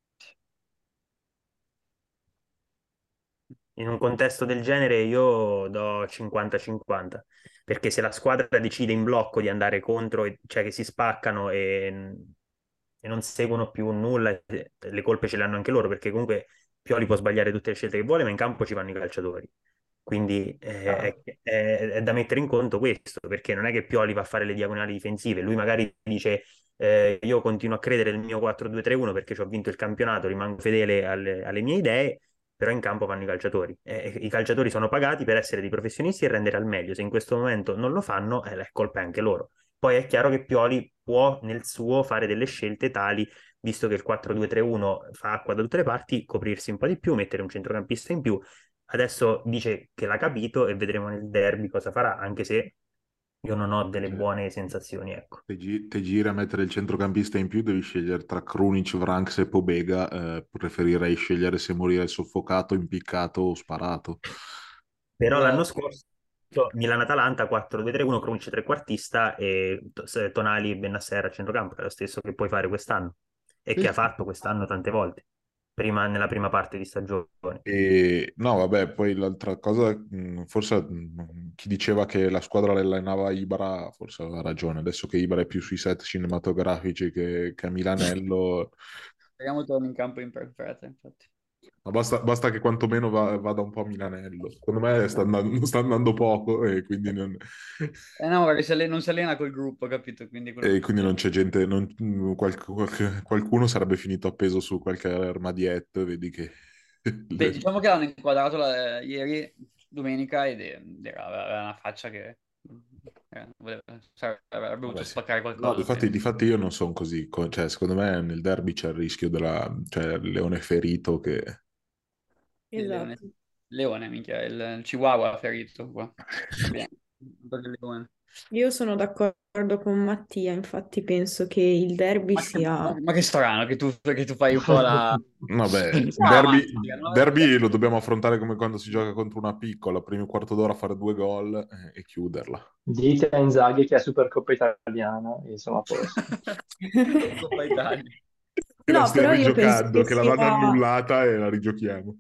In un contesto del genere io do 50-50, perché se la squadra decide in blocco di andare contro, cioè che si spaccano e non seguono più nulla, le colpe ce le hanno anche loro, perché comunque Pioli può sbagliare tutte le scelte che vuole, ma in campo ci vanno i calciatori. Quindi Ah, è da mettere in conto questo, perché non è che Pioli va a fare le diagonali difensive, lui magari dice io continuo a credere nel mio 4-2-3-1 perché ho vinto il campionato, rimango fedele alle mie idee, però in campo vanno i calciatori. I calciatori sono pagati per essere dei professionisti e rendere al meglio. Se in questo momento non lo fanno, la colpa è anche loro. Poi è chiaro che Pioli può nel suo fare delle scelte tali, visto che il 4-2-3-1 fa acqua da tutte le parti, coprirsi un po' di più, mettere un centrocampista in più. Adesso dice che l'ha capito e vedremo nel derby cosa farà, anche se io non ho delle Cioè, buone sensazioni, ecco. te giri a mettere il centrocampista in più, devi scegliere tra Krunic, Vranks e Pobega. Preferirei scegliere se morire soffocato, impiccato o sparato. Però l'anno Esatto. scorso Milan-Atalanta 4-2-3-1, Krunic trequartista e Tonali e Bennacer a centrocampo, è lo stesso che puoi fare quest'anno e Sì, che ha sì. fatto quest'anno tante volte, nella prima parte di stagione. E no, vabbè, poi l'altra cosa, forse chi diceva che la squadra allenava Ibra, forse aveva ragione. Adesso che Ibra è più sui set cinematografici che a Milanello, Speriamo torni in campo in perfetta, infatti. ma basta che quantomeno vada un po' a Milanello. Secondo me sta andando poco e quindi No, perché non si allena col gruppo, capito? Quindi quello che non succede. c'è gente, qualcuno sarebbe finito appeso su qualche armadietto, vedi che... Beh, diciamo che l'hanno inquadrato ieri, domenica, aveva una faccia che avrebbe Vabbè, voluto sì. spaccare No, qualcosa, sì. difatti io non sono così, cioè secondo me nel derby c'è il rischio cioè il leone ferito che... Il leone, Esatto. leone, minchia, il chihuahua ferito qua. Va bene, perché il leone. Io sono d'accordo con Mattia, infatti penso che il derby sia... Ma che strano che tu fai un po' la... Vabbè, No, ma derby lo dobbiamo affrontare come quando si gioca contro una piccola, primi quarto d'ora fare 2 gol e chiuderla. dite a Inzaghi che è Supercoppa italiana e siamo a posto. Coppa Italia. Che la No, stiamo però rigiocando, che l'avranno annullata e la rigiochiamo.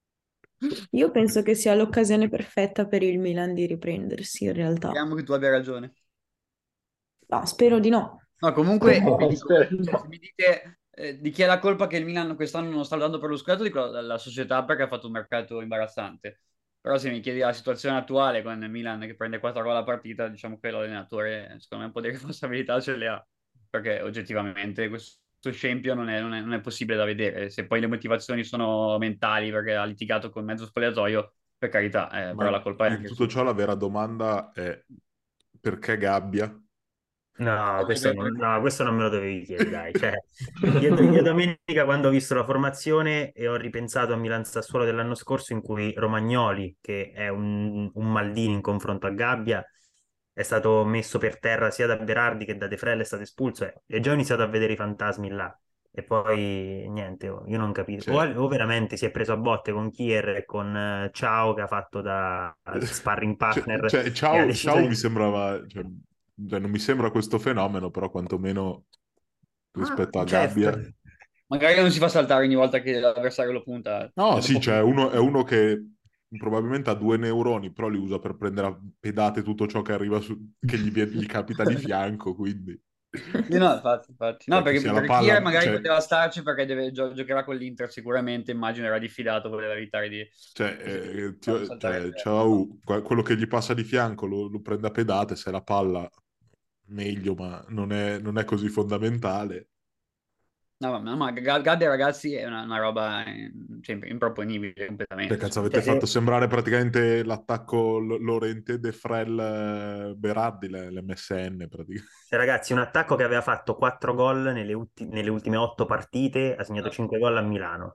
io penso che sia l'occasione perfetta per il Milan di riprendersi in realtà. Speriamo che tu abbia ragione. No, spero di no. No, comunque vi dico, Spero, se no. mi dite di chi è la colpa che il Milan quest'anno non sta dando per lo scudetto, dico la società perché ha fatto un mercato imbarazzante. Però se mi chiedi la situazione attuale con il Milan che prende 4 gol a partita, diciamo che l'allenatore secondo me un po' di responsabilità ce le ha, perché oggettivamente questo scempio non è possibile da vedere. Se poi le motivazioni sono mentali perché ha litigato con mezzo spogliatoio, per carità, Ma però la colpa è in anche tutto sua. ciò la vera domanda è perché Gabbia? No, questo non me lo dovevi chiedere, dai. Cioè, io domenica quando ho visto la formazione e ho ripensato a Milan-Sassuolo dell'anno scorso in cui Romagnoli, che è un Maldini in confronto a Gabbia, è stato messo per terra sia da Berardi che da De Frel, è stato espulso e già ho iniziato a vedere i fantasmi là. E poi niente, io non capisco. Cioè, O veramente si è preso a botte con Kier e con Ciao che ha fatto da sparring partner e ha deciso ciao di... mi sembrava, cioè, non mi sembra questo fenomeno, però quantomeno Ah, rispetto a cioè, Gabbia. Magari non si fa saltare ogni volta che l'avversario lo punta, No, e sì, dopo... cioè è uno che probabilmente ha 2 neuroni, però li usa per prendere a pedate tutto ciò che arriva che gli capita di fianco, quindi Sì, no, infatti. No, cioè, che perché sia la per Kier palla, magari poteva starci perché giocherà con l'Inter sicuramente, immagino era diffidato, voleva evitare di farlo saltare. ciao, quello che gli passa di fianco lo prende a pedate, se la palla meglio, ma non è così fondamentale. No, ma Gabbia ragazzi è una roba cioè, improponibile Cioè, completamente. cazzo, Cioè, avete fatto sembrare praticamente l'attacco Lorente De Frel Berardi, l'MSN praticamente. Cioè, ragazzi, un attacco che aveva fatto 4 gol nelle ultime 8 partite, ha segnato 5 gol a Milano.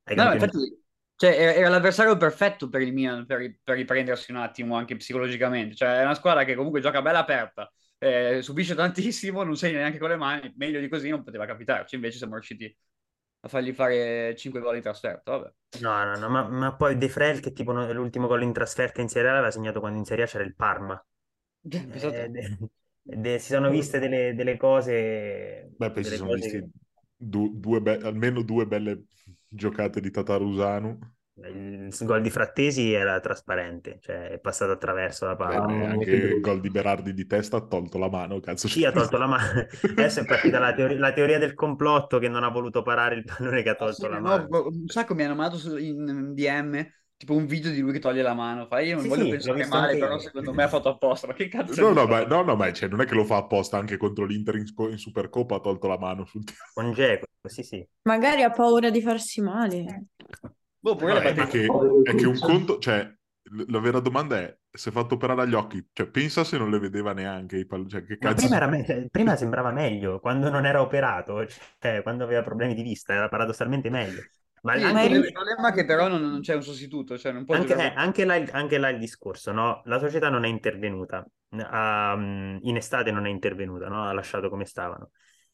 ai No, campioni. infatti, cioè, era l'avversario perfetto per il Milan per riprendersi un attimo anche psicologicamente. Cioè, è una squadra che comunque gioca bella aperta, subisce tantissimo, non segna neanche con le mani. Meglio di così non poteva capitarci. Invece siamo riusciti a fargli fare 5 gol in trasferta. Vabbè. No, no, no, ma poi De Frel, che tipo l'ultimo gol in trasferta in Serie A l'aveva segnato quando in Serie A c'era il Parma. Pensate. Si sono viste Beh, poi si delle sono cose visti almeno due belle giocate di Tatarusanu. il gol di Frattesi era trasparente, cioè è passato attraverso la Beh, palla. Mamma mia, anche che il brutto. gol di Berardi di testa ha tolto la mano, cazzo. Sì, ha tolto la mano. Adesso è partita la teoria del complotto che non ha voluto parare il pallone che ha Ah, sì, tolto la no, mano. un sacco mi hanno mandato in DM tipo un video di lui che toglie la mano. Io non Sì, voglio sì, l'ho pensare visto male, anche però io. secondo me ha fatto apposta. Ma che cazzo No, di no, fa? cioè, non è che lo fa apposta, anche contro l'Inter in Supercoppa ha tolto la mano sul tiro. Con Dzeko, sì, sì. Magari ha paura di farsi male. Boh, pure No, le è battute. che, Povero è che un Cuccia. conto, cioè, la vera domanda è, si è fatto operare agli occhi, cioè, pensa se non le vedeva neanche cioè, che Ma cazzo. prima sembrava meglio, quando non era operato, cioè quando aveva problemi di vista, era paradossalmente meglio. Ma Sì, Ma anche il lì, problema è che però non c'è un sostituto, cioè non può giocare con... anche là il discorso, no? La società non è intervenuta, in estate non è intervenuta, no? Ha lasciato come stavano.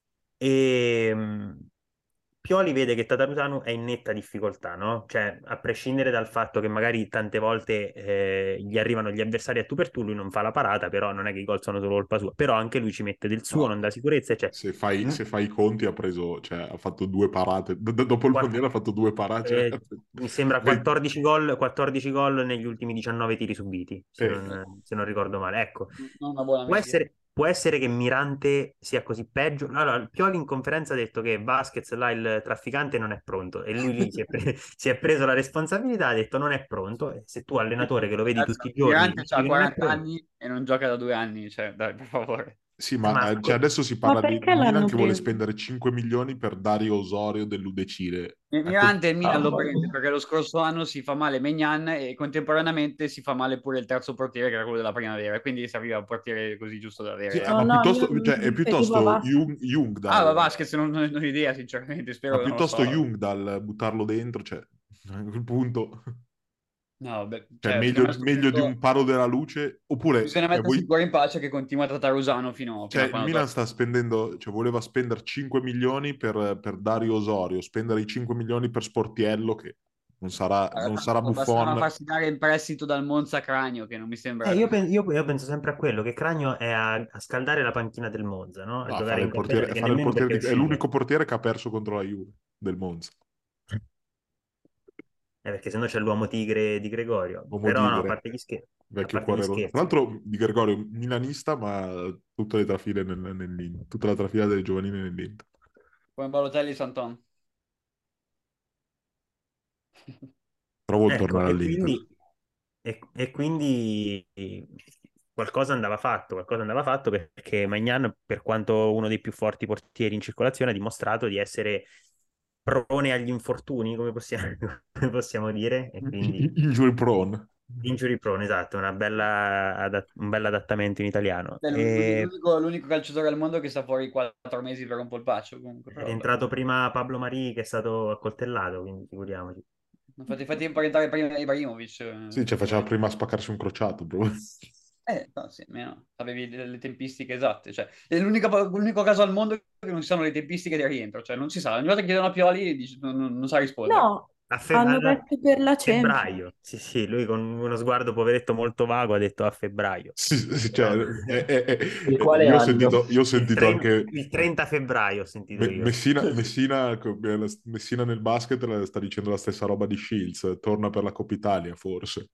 E Pioli vede che Tatarusanu è in netta difficoltà, no? Cioè, a prescindere dal fatto che magari tante volte gli arrivano gli avversari a tu per tu, lui non fa la parata, però non è che i gol sono solo colpa sua, però anche lui ci mette del suo, No, non dà sicurezza, cioè, mm, se fai i conti ha preso, cioè, ha fatto due parate, dopo il quatt- mondiale ha fatto due parate, cioè, mi sembra 20 14 gol negli ultimi 19 tiri subiti, se non ricordo male. Ecco, Non una buona media. può essere che Mirante sia così peggio. Allora, il Pioli in conferenza ha detto che Vasquez, là, il trafficante, non è pronto e lui lì si è preso la responsabilità, ha detto non è pronto. E se tu, allenatore che lo vedi tutti Cazzo, i giorni, Mirante dici ha che non è 40 pronto, anni e non gioca da 2 anni, cioè dai, per favore. Sì, ma ma cioè, adesso si Ma parla di perché Milan l'hanno che vuole preso? spendere 5 milioni per Dario Osorio dell'Udecire. Mirante il Milan lo Mamma prende mia. perché lo scorso anno si fa male Maignan e contemporaneamente si fa male pure il terzo portiere che era quello della primavera, quindi serviva un portiere così giusto da Sì, avere. No, ma no, io piuttosto, cioè, è preferivo a piuttosto Vasquez. Ah, ma Jungdal, Vasquez non ho idea, sinceramente, ma spero, non lo piuttosto so. Jungdal buttarlo dentro, cioè, a quel punto, No, beh, cioè, cioè, secondo me a questo meglio di un punto paro della luce, oppure, bisogna cioè, mettersi il voi, cuore in pace che continua a trattare Usano fino cioè, a il quando Milan torna. sta spendendo, cioè, voleva spendere 5 milioni per Dario Osorio, spendere i 5 milioni per Sportiello, che non sarà Bastava Buffon. farsi dare in prestito dal Monza Cranio, che non mi sembra io, così. io penso sempre a quello, che Cragno è a scaldare la panchina del Monza, no? A No, a giocare fare il in Coppa portiere, a Italia, fare il nemmeno portiere perché è è l'unico uscito. portiere che ha perso contro la Juve del Monza. Perché sennò c'è l'uomo tigre di Gregorio. Uomo Però no, tigre, a vecchio parte gli cuore rosso. Tra scherzi. l'altro di Gregorio milanista, ma tutte le trafile tutta la trafila delle giovanili nell'Inter. Come Balotelli e Santon. Però vuol Ecco, tornare all'Inter. e quindi qualcosa andava fatto perché Maignan, per quanto uno dei più forti portieri in circolazione, ha dimostrato di essere prone agli infortuni, come possiamo dire, e quindi Injury prone. injury prone, esatto, un bel adattamento in italiano. È l'unico calciatore al mondo che sta fuori 4 mesi per un polpaccio, comunque, È però vabbè. entrato prima Pablo Marì che è stato accoltellato, quindi figuriamoci. Fate tempo a entrare prima di Ibrahimovic, Sì, cioè faceva praticamente. prima spaccarsi un crociato, bro. No, sì, almeno avevi le tempistiche esatte. Cioè, è l'unico caso al mondo che non ci sono le tempistiche di rientro. Cioè, non si sa. Ogni volta che chiedono a Pioli non sa rispondere. No, hanno detto per la Champions. Febbraio, sì, sì, lui con uno sguardo poveretto molto vago ha detto a febbraio. Sì, sì, Però... cioè, Il quale anno? io ho sentito anche il 30 febbraio ho sentito io. Messina nel basket sta dicendo la stessa roba di Shields, torna per la Coppa Italia, forse.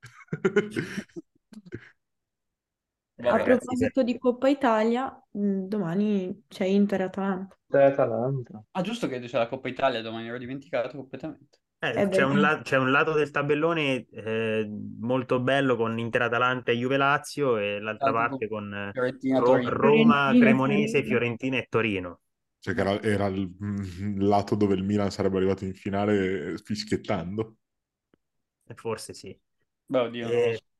A Ragazzi, proposito di Coppa Italia, domani c'è Inter-Atalanta. Atalanta. Ah, giusto che c'è la Coppa Italia domani, ero dimenticato completamente. E beh, c'è un lato del tabellone molto bello con Inter-Atalanta e Juve-Lazio e l'altra Altro con parte con Fiorentina-Torino. Roma, Fiorentina, Cremonese, Torino. Fiorentina e Torino. Cioè, che era il lato dove il Milan sarebbe arrivato in finale fischiettando. Forse sì. Beh, oddio, non lo E so.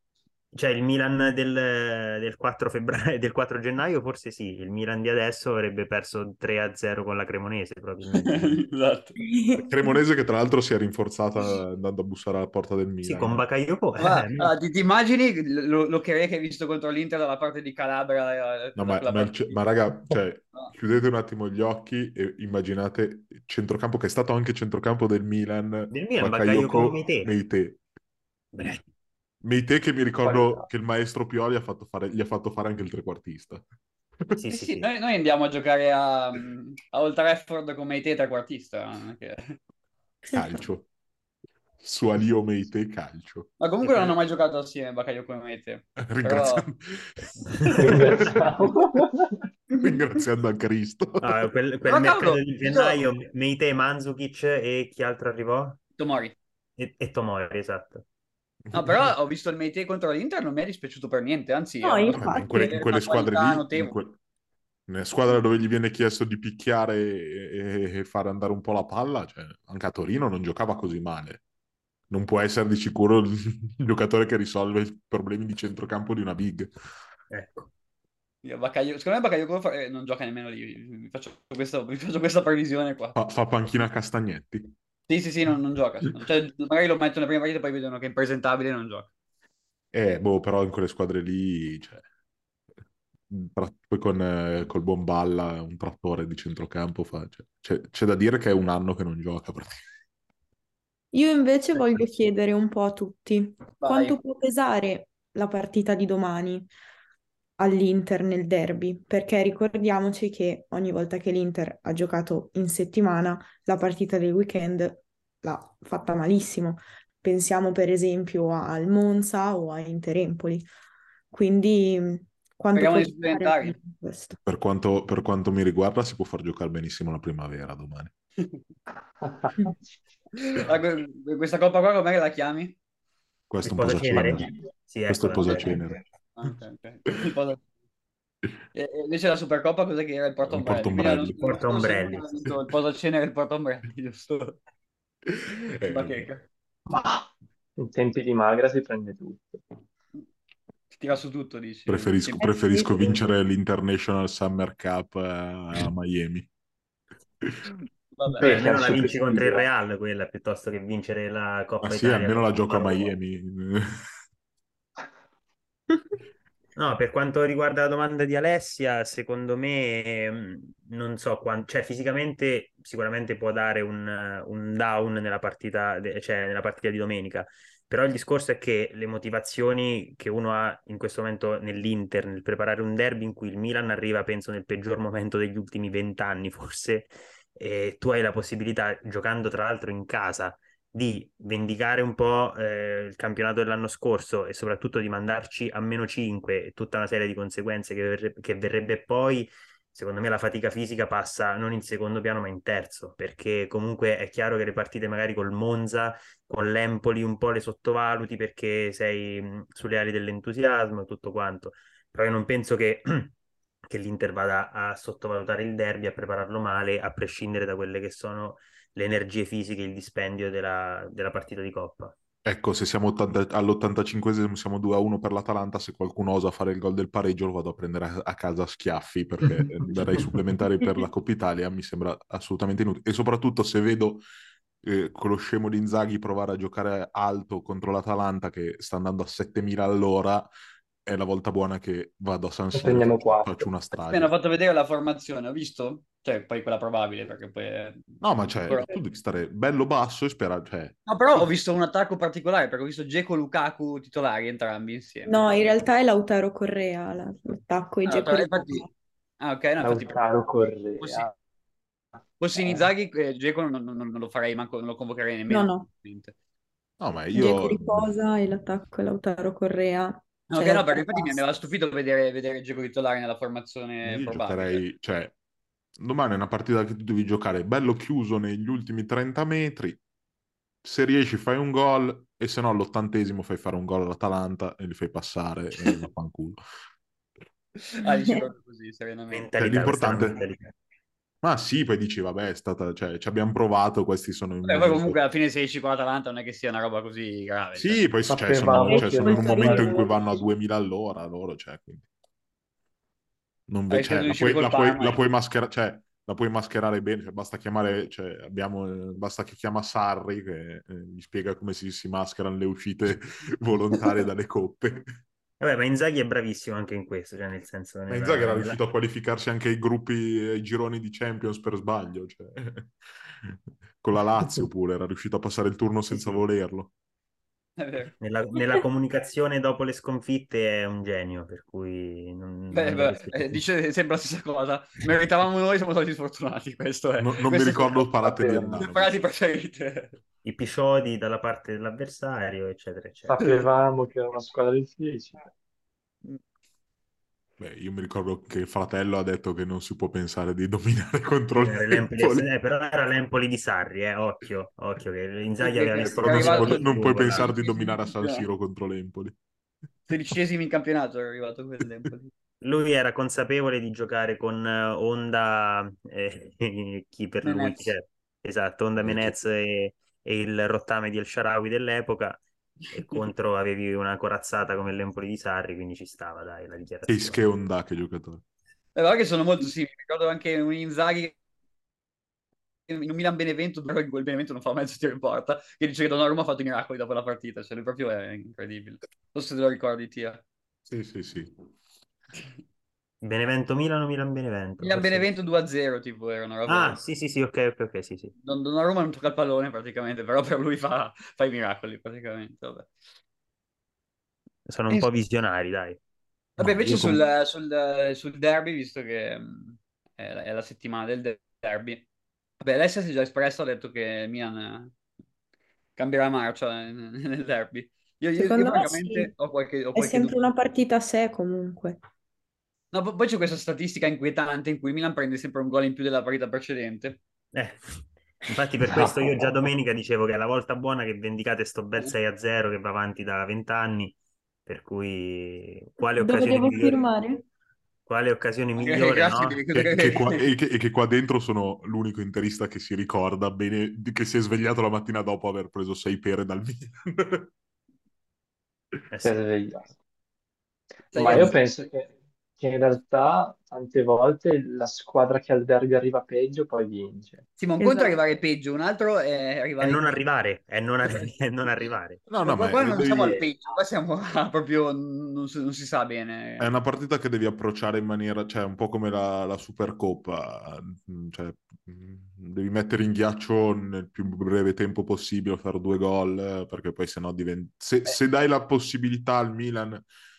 Cioè il Milan del 4 febbraio, del 4 gennaio forse sì, il Milan di adesso avrebbe perso 3-0 con la Cremonese probabilmente. Esatto. Cremonese che tra l'altro si è rinforzata andando a bussare alla porta del Sì, con Milan. Bakayoko. Ti immagini lo che hai visto contro l'Inter dalla parte di Calabria No, da quella partita? ma raga, cioè, No. chiudete un attimo gli occhi e immaginate il centrocampo che è stato anche centrocampo del Milan, Del Milan, Bakayoko Bakayoko, Meite. Meite. Beh, Meite che mi ricordo Qualità. che il maestro Pioli gli ha fatto fare anche il trequartista. sì, Sì, sì, sì, sì. noi andiamo a giocare a Old Trafford come i te trequartista. Non è che- Calcio. Su Alio Meite calcio. Ma E comunque non hanno quel- mai giocato assieme Bakayoko e Mete. Però Ringraziando, Ringraziamo. ringraziando a Cristo. Ah, quel Però mercato cavolo, di gennaio, Meite, Mandzukic e chi altro arrivò? Tomori. E Tomori, esatto. No, però ho visto il Meite contro l'Inter, non mi è dispiaciuto per niente, anzi è No, Vabbè, ma in infatti. quelle una squadre qualità lì, notevole. nella squadra dove gli viene chiesto di picchiare e fare andare un po' la palla, cioè, anche a Torino non giocava così male. Non può essere di sicuro il giocatore che risolve i problemi di centrocampo di una big. Ecco. Secondo me Bakayoko non gioca nemmeno lì. Vi faccio questa previsione qua. Fa panchina a Castagnetti. Sì, sì, sì, non gioca. Cioè, magari lo mettono nella prima partita e poi vedono che è impresentabile e non gioca. Boh, però in quelle squadre lì, cioè, poi col buon Balla, un trattore di centrocampo, c'è da dire che è un anno che non gioca praticamente. Io invece voglio chiedere un po' a tutti quanto Vai. può pesare la partita di domani all'Inter nel derby, perché ricordiamoci che ogni volta che l'Inter ha giocato in settimana, la partita del weekend l'ha fatta malissimo. Pensiamo per esempio al Monza o a Inter-Empoli. Quindi quanto Speriamo può di giocare supplementari. questo? Per quanto mi riguarda, si può far giocare benissimo la primavera domani. Ah, questa coppa qua com'è che la chiami? Questo Il è un posacenere? posacenere. Sì, Questo è il eccola. posacenere. Ah, ok, ok. E invece la Supercoppa cos'è che era il Un portaombrelli? Quindi portombrelli. l'anno Porta scorso il ombrelli. Milan ha vinto il posacenere e il portaombrelli, giusto? Eh, Bacheca. Ma in tempi di magra si prende tutto. Si tira su tutto, dici? Sì, preferisco sì. vincere l'International Summer Cup a Miami. Vabbè. Poi il Almeno la calcio vinci contro il festivo. Real, quella, piuttosto che vincere la Ma Coppa sì, Italia almeno la gioco a contro Roma. Miami. No, per quanto riguarda la domanda di Alessia, secondo me, non so, cioè fisicamente sicuramente può dare un down nella partita, cioè nella partita di domenica, però il discorso è che le motivazioni che uno ha in questo momento nell'Inter, nel preparare un derby in cui il Milan arriva, penso, nel peggior momento degli ultimi 20 anni, forse, e tu hai la possibilità, giocando tra l'altro in casa, di vendicare un po' il campionato dell'anno scorso e soprattutto di mandarci a meno 5 e tutta una serie di conseguenze che verrebbe poi, secondo me la fatica fisica passa non in secondo piano ma in terzo, perché comunque è chiaro che le partite magari col Monza, con l'Empoli un po' le sottovaluti perché sei sulle ali dell'entusiasmo e tutto quanto, però io non penso che... che l'Inter vada a sottovalutare il derby, a prepararlo male, a prescindere da quelle che sono le energie fisiche, il dispendio della partita di Coppa. Ecco, se siamo all'85esimo, siamo 2-1 per l'Atalanta, se qualcuno osa fare il gol del pareggio lo vado a prendere a casa a schiaffi perché darei supplementari per la Coppa Italia mi sembra assolutamente inutile. E soprattutto se vedo con lo scemo di Inzaghi provare a giocare alto contro l'Atalanta che sta andando a 7000 all'ora, è la volta buona che vado a San Ne Siro e prendiamo faccio 4. una Mi hanno strage. fatto vedere la formazione, ho visto? Cioè, poi quella probabile, perché poi... No, ma cioè, però- tu devi stare bello basso e sperare, cioè, No, però ho visto un attacco particolare, perché ho visto Dzeko e Lukaku titolari entrambi insieme. No, in realtà è Lautaro Correa l'attacco e Ah, Dzeko infatti... Ah, ok, no, infatti... Lautaro Fossi, Correa. fossi Eh, Inzaghi, Dzeko non lo farei manco, non lo convocherei No, nemmeno. no, no, ma Dzeko io... riposa e l'attacco è Lautaro Correa. No, ok, C'è no, da perché fare infatti mi aveva stupito vedere Dzeko titolare nella formazione Io probabile. giocherei, cioè, domani è una partita che tu devi giocare bello chiuso negli ultimi 30 metri. Se riesci fai un gol e se no all'80esimo fai fare un gol all'Atalanta e li fai passare e vaffanculo. Ah, dici proprio così, serenamente. Cioè, Mentalità, questa è la l'importante, mentalità. Ma sì, poi dici, vabbè, è stata, cioè, ci abbiamo provato, questi sono i Poi migliori. comunque alla fine 16 con l'Atalanta non è che sia una roba così grave. Cioè. Sì, poi cioè, Sapevamo cioè, che sono in Col un non momento in Torino. cui vanno a farebbero. 2000 all'ora loro, cioè, quindi non Ha cioè, rischiato di uscire col la Parma. puoi cioè, la puoi mascherare bene, cioè, basta chiamare, cioè, basta che chiama Sarri che gli spiega come si mascherano le uscite volontarie dalle coppe. Vabbè, ma Inzaghi è bravissimo anche in questo, cioè nel senso, Ma Inzaghi era riuscito a qualificarsi anche ai gruppi, ai gironi di Champions per sbaglio, cioè. Con la Lazio pure, era riuscito a passare il turno sì, senza sì. volerlo. È vero. Nella comunicazione dopo le sconfitte è un genio, per cui non deve aspettare. Dice sempre la stessa cosa. Meritavamo noi, siamo stati sfortunati. Questo è. Non mi Queste sono ricordo parate di Sapevamo. le frasi Andanovic. preferite. I piscioti dalla parte dell'avversario, eccetera, eccetera. Sapevamo che era una squadra difficile. Beh, io mi ricordo che il fratello ha detto che non si può pensare di dominare contro Dominare l'Empoli, l'Empoli. però era l'Empoli di Sarri, occhio, occhio, che Sì, Inzaghi che, aveva che visto Però è come era arrivato non puoi lungo là. pensare di sedicesimo dominare a in San campionato. Siro contro l'Empoli. 16esimo in campionato è arrivato quell'Empoli. Lui era consapevole di giocare con Honda, chi per lui, Menez. cioè, esatto, Honda Menez e il rottame di El Shaarawy dell'epoca, e contro avevi una corazzata come l'Empoli di Sarri, quindi ci stava, dai, la Che dichiarazione. onda, che giocatore. Guarda che sono molto simili. Ricordo anche un Inzaghi in un Milan Benevento, però in quel Benevento non fa mezzo tiro in porta, che dice che Donnarumma ha fatto i miracoli dopo la partita, cioè lui proprio è incredibile. Non so se te lo ricordi, Tia. Sì, sì, sì. Benevento-Milano, Milan-Benevento, Milan forse. Benevento 2-0, tipo, era una roba Ah, del. sì, sì, sì, ok, ok, ok, sì, sì. Donnarumma non tocca il pallone praticamente, però per lui fa i miracoli praticamente. Vabbè. Sono un E po' visionari, dai. Vabbè, No, invece io sul derby, visto che è la settimana del derby, vabbè, l'Essa si è già espresso, ha detto che il Milan cambierà marcia nel derby. Io Secondo me sì, francamente ho è qualche sempre dubbio. una partita a sé comunque. No, poi c'è questa statistica inquietante in cui il Milan prende sempre un gol in più della partita precedente. Eh, Infatti per questo io già domenica dicevo che è la volta buona che vendicate sto bel 6-0 che va avanti da 20 anni, per cui Dove devo firmare? quale occasione migliore, Grazie, no? e che qua dentro sono l'unico interista che si ricorda bene, che si è svegliato la mattina dopo aver preso 6 pere dal Milan. Eh Si è sì. svegliato. Sai, Ma io penso che in realtà tante volte la squadra che al derby arriva peggio poi vince. sì, ma un conto è Esatto. arrivare peggio, un altro è È arrivare non quinto. arrivare, è non arrivare. No, Qua, no, qua- ma qua non siamo al devi, peggio, qua siamo proprio, non si sa è bene. una partita che devi approcciare in maniera, cioè un po' come la Supercoppa, cioè devi mettere in ghiaccio nel più breve tempo possibile, fare 2 gol, perché poi sennò diventa. Beh, Se dai la possibilità al Milan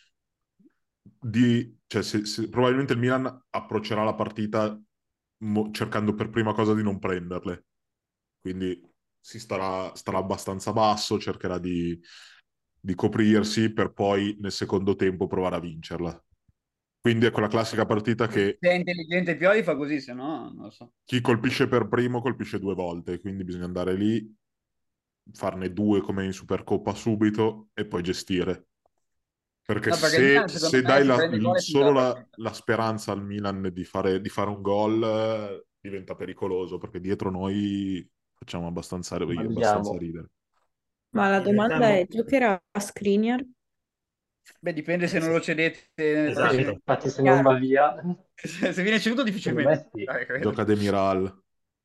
cioè probabilmente il Milan approccerà la partita cercando per prima cosa di non prenderle, quindi starà abbastanza basso, cercherà di coprirsi per poi nel secondo tempo provare a vincerla. Quindi è quella classica partita che se è intelligente Pioli fa così, se no non lo so. chi colpisce per primo colpisce 2 volte, quindi bisogna andare lì, farne 2 come in Supercoppa subito e poi gestire. Perché No, perché il Milan secondo se me dai si prende gol e finita solo la partita. la speranza al Milan di fare un gol, diventa pericoloso, perché dietro noi facciamo abbastanza Andiamo. ridere. Ma Ma la in realtà domanda è, giocherà a Skriniar? Beh, dipende se non lo cedete nel esatto. precedente. Infatti se non Chiaro. va via, Se viene ceduto secondo difficilmente, me sì. credo. Gioca Demiral.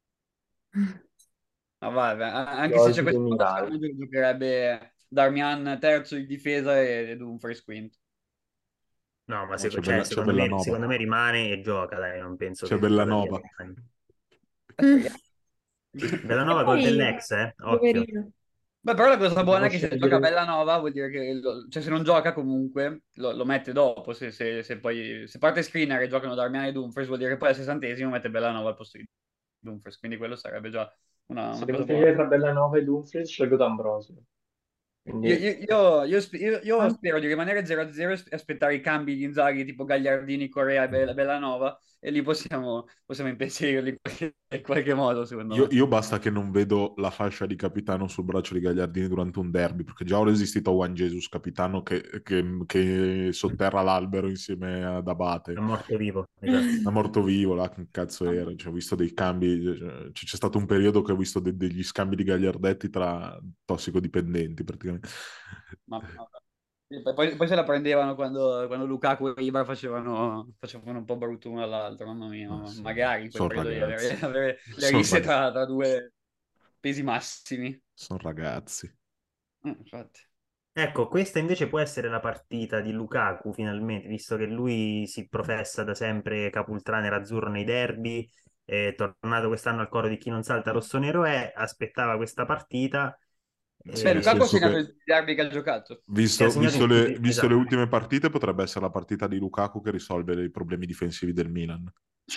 Ma vabbè, anche se Gol c'è di questa cosa, Demiral. secondo me giocherebbe Darmian terzo in difesa e Dumfries quinto. No, ma No, c'è Bellanova. secondo me rimane e gioca, dai, non penso C'è che vada via Bellanova. domani. Speriamo. E Bellanova gol poi, dell'ex, occhio. poverino. Beh, però la cosa buona Dobbiamo è che se gioca scegliere. Bellanova vuol dire che cioè, se non gioca comunque lo mette dopo. Se parte Skriniar e giocano Darmian e Dumfries vuol dire che poi al 60esimo mette Bellanova al posto di Dumfries. Quindi quello sarebbe già Se una devo cosa buona. scegliere tra Bellanova e Dumfries, scelgo D'Ambrosio. Io, Quindi io- io- io sp- io- io Anche spero di rimanere 0-0 e aspettare i cambi di Inzaghi tipo Gagliardini, Correa e Bellanova e lì possiamo impensierirli in qualche modo, secondo Io, me. io basta che non vedo la fascia di capitano sul braccio di Gagliardini durante un derby, perché già ho resistito a Juan Jesus, capitano che sotterra l'albero insieme ad È Abate. morto vivo, esatto. È morto vivo, là, che cazzo era? Cioè, ho visto dei cambi, c'è stato un periodo che ho visto degli scambi di gagliardetti tra tossicodipendenti, praticamente. Ma poi se la prendevano quando Lukaku e Ibra facevano un po' brutto uno all'altro, mamma mia, Sì, magari in quel sono periodo di ragazzi, avere le sono risse ragazzi, tra due pesi massimi. sono ragazzi. Infatti. Ecco, questa invece può essere la partita di Lukaku finalmente, visto che lui si professa da sempre capultrà nerazzurro nei derby, è tornato quest'anno al coro di chi non salta rossonero è, aspettava questa partita Aspetta, Nel Lukaku ha senso segnato che, il derby che ha giocato. e ha visto, segnato visto in le, visto le esatto. ultime partite, potrebbe essere la partita di Lukaku che risolve i problemi difensivi del Milan.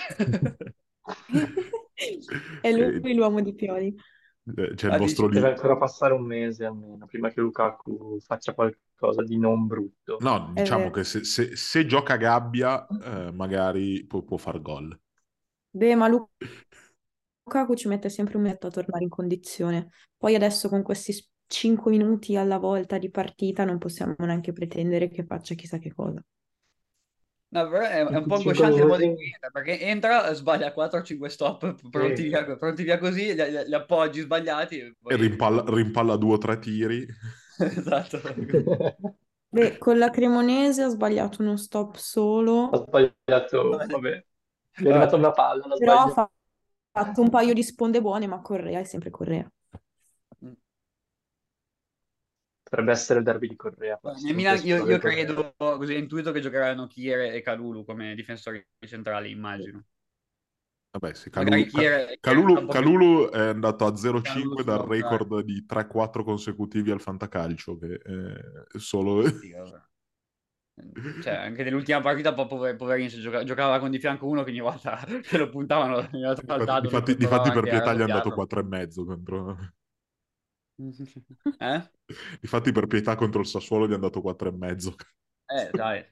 È E, lui l'uomo di Pioli. c'è il Ah, vostro dici? Deve lì. ancora passare un mese almeno, prima che Lukaku faccia qualcosa di non brutto. No, È diciamo vero. che se gioca Gabbia, magari può far gol. Beh, ma Lukaku ci mette sempre un metto a tornare in condizione. Poi adesso con questi 5 minuti alla volta di partita non possiamo neanche pretendere che faccia chissà che cosa. No, però è un po' 5 angosciante il modo in minuti? cui entra, perché entra, sbaglia 4-5 stop, Sì. pronti via così, gli appoggi sbagliati, e E poi... rimpalla 2 o 3 tiri. Esatto. Beh, con la Cremonese ha sbagliato uno stop Ha solo, sbagliato, vabbè. Gli è arrivata Vabbè. una palla, l'ha però ha sbagliata. fatto un paio di sponde buone, ma Correa è sempre Correa. Potrebbe essere il derby di Correa, forse Nel contro Milan esplode io Correa. credo, così ho intuito che giocheranno Kier e Kalulu come difensori centrali, immagino. Vabbè, sì, Magari Kier è un po' più Calulu è andato a Kalulu 0-5 dal sulla contraria. record di 3-4 consecutivi al fantacalcio, che è solo... Sì, vabbè. Cioè, anche nell'ultima partita, poverino, giocava con di fianco uno che ogni volta che lo puntavano ogni volta al dado, lui Difatti provava per anche a pietà gli è andato doppiarlo. 4,5 contro... Eh? Difatti per pietà contro il Sassuolo gli è andato 4,5. Dai.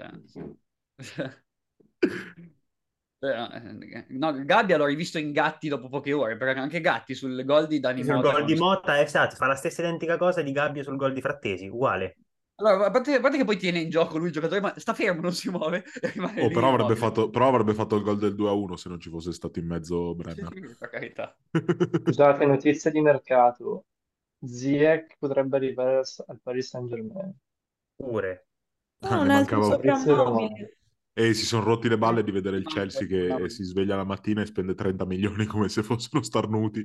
No, Gabbia l'ho rivisto in Gatti dopo poche ore, perché anche Gatti sul gol di Dani Sul Mota gol di quando... Motta, esatto, fa la stessa identica cosa di Gabbia sul gol di Frattesi, uguale. Allora, a parte che poi tiene in gioco lui il giocatore, ma sta fermo, non si muove, e rimane Oh, lì immobile. però avrebbe fatto il gol del 2-1 se non ci fosse stato in mezzo Sì, Brenner. sì, per carità. Scusate, notizie di mercato. Ziyech potrebbe arrivare al Paris Saint-Germain. Pure. Ah, Ne un altro mancava... Fabrizio Romano. soprammobile. E si sono rotti le balle di vedere il Manco Chelsea una- che si sveglia la mattina e spende 30 milioni come se fossero starnuti.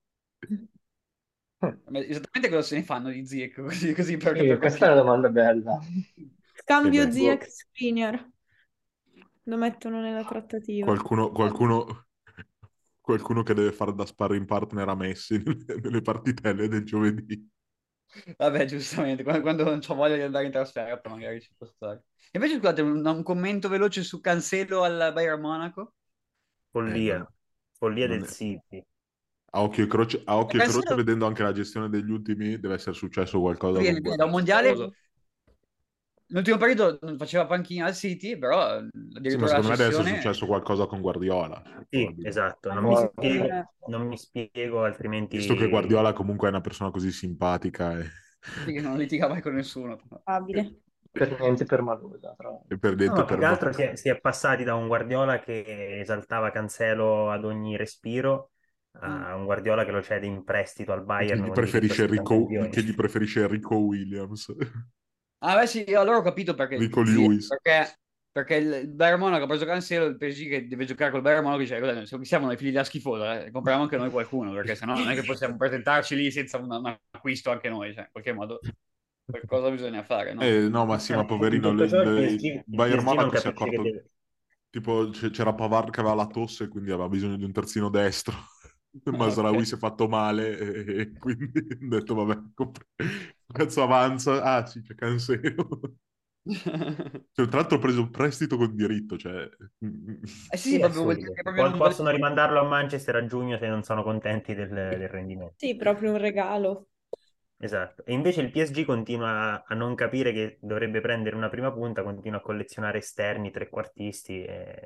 Ma esattamente cosa se ne fanno di Ziyech, così Sì, per questa è capire. una domanda bella. E Scambio beh, Boh. Ziyech Skriniar. Lo mettono nella trattativa. qualcuno, qualcuno, qualcuno che deve fare da sparring partner a Messi nelle partitelle del giovedì. Vabbè, giustamente, quando non c'ho voglia di andare in trasferta, magari ci può stare. Invece, scusate, un commento veloce su Cancelo al Bayern Monaco. Follia. Non, Follia non del è- City. a occhio e croce, Cancelo vedendo anche la gestione degli ultimi, deve essere successo qualcosa con viene da un Guardiola. mondiale. L'ultimo periodo non faceva panchina al City, però Sì, ma addirittura la secondo me deve essere cessione... successo qualcosa con Guardiola, Sì, probabilmente. esatto, Guarda, non mi spiego Visto che altrimenti Guardiola comunque è una persona così simpatica Sì, che non litiga mai con nessuno. Probabile. per niente permalosa, tra e l'altro. per no, detto ma più per che ma... altro si è passati da un Guardiola che esaltava Cancelo ad ogni respiro Mm. a un Guardiola che lo cede in prestito al che Bayern gli con diritto a preferisce 70 milioni. Enrico Williams. Ah, beh, sì, allora ho capito Rico Lewis. perché il Bayern Monaco ha preso Cancelo, il PSG che deve giocare col Bayern Monaco dice, "Guarda, se siamo noi figli della schifosa, compriamo anche noi qualcuno, perché sennò non è che possiamo presentarci lì senza un acquisto anche noi, cioè, in qualche modo qualcosa bisogna fare, no? No, ma sì, ma In poverino, tutto ciò il Il Bayern PSG non Monaco si è capisce che accorto, deve... tipo c'era Pavard che aveva la tosse, quindi aveva bisogno di un terzino destro. Mazraoui Ok. si è fatto male e quindi ho detto vabbè, cazzo avanza. Ah sì, c'è Cancelo. Cioè, tra l'altro ho preso un prestito con diritto, cioè... Sì, Sì, sì, è proprio vuol dire assurdo. che proprio non vuole... Possono rimandarlo a Manchester a giugno se non sono contenti del rendimento. Sì, proprio un regalo. Esatto. E invece il PSG continua a non capire che dovrebbe prendere una prima punta, continua a collezionare esterni, trequartisti.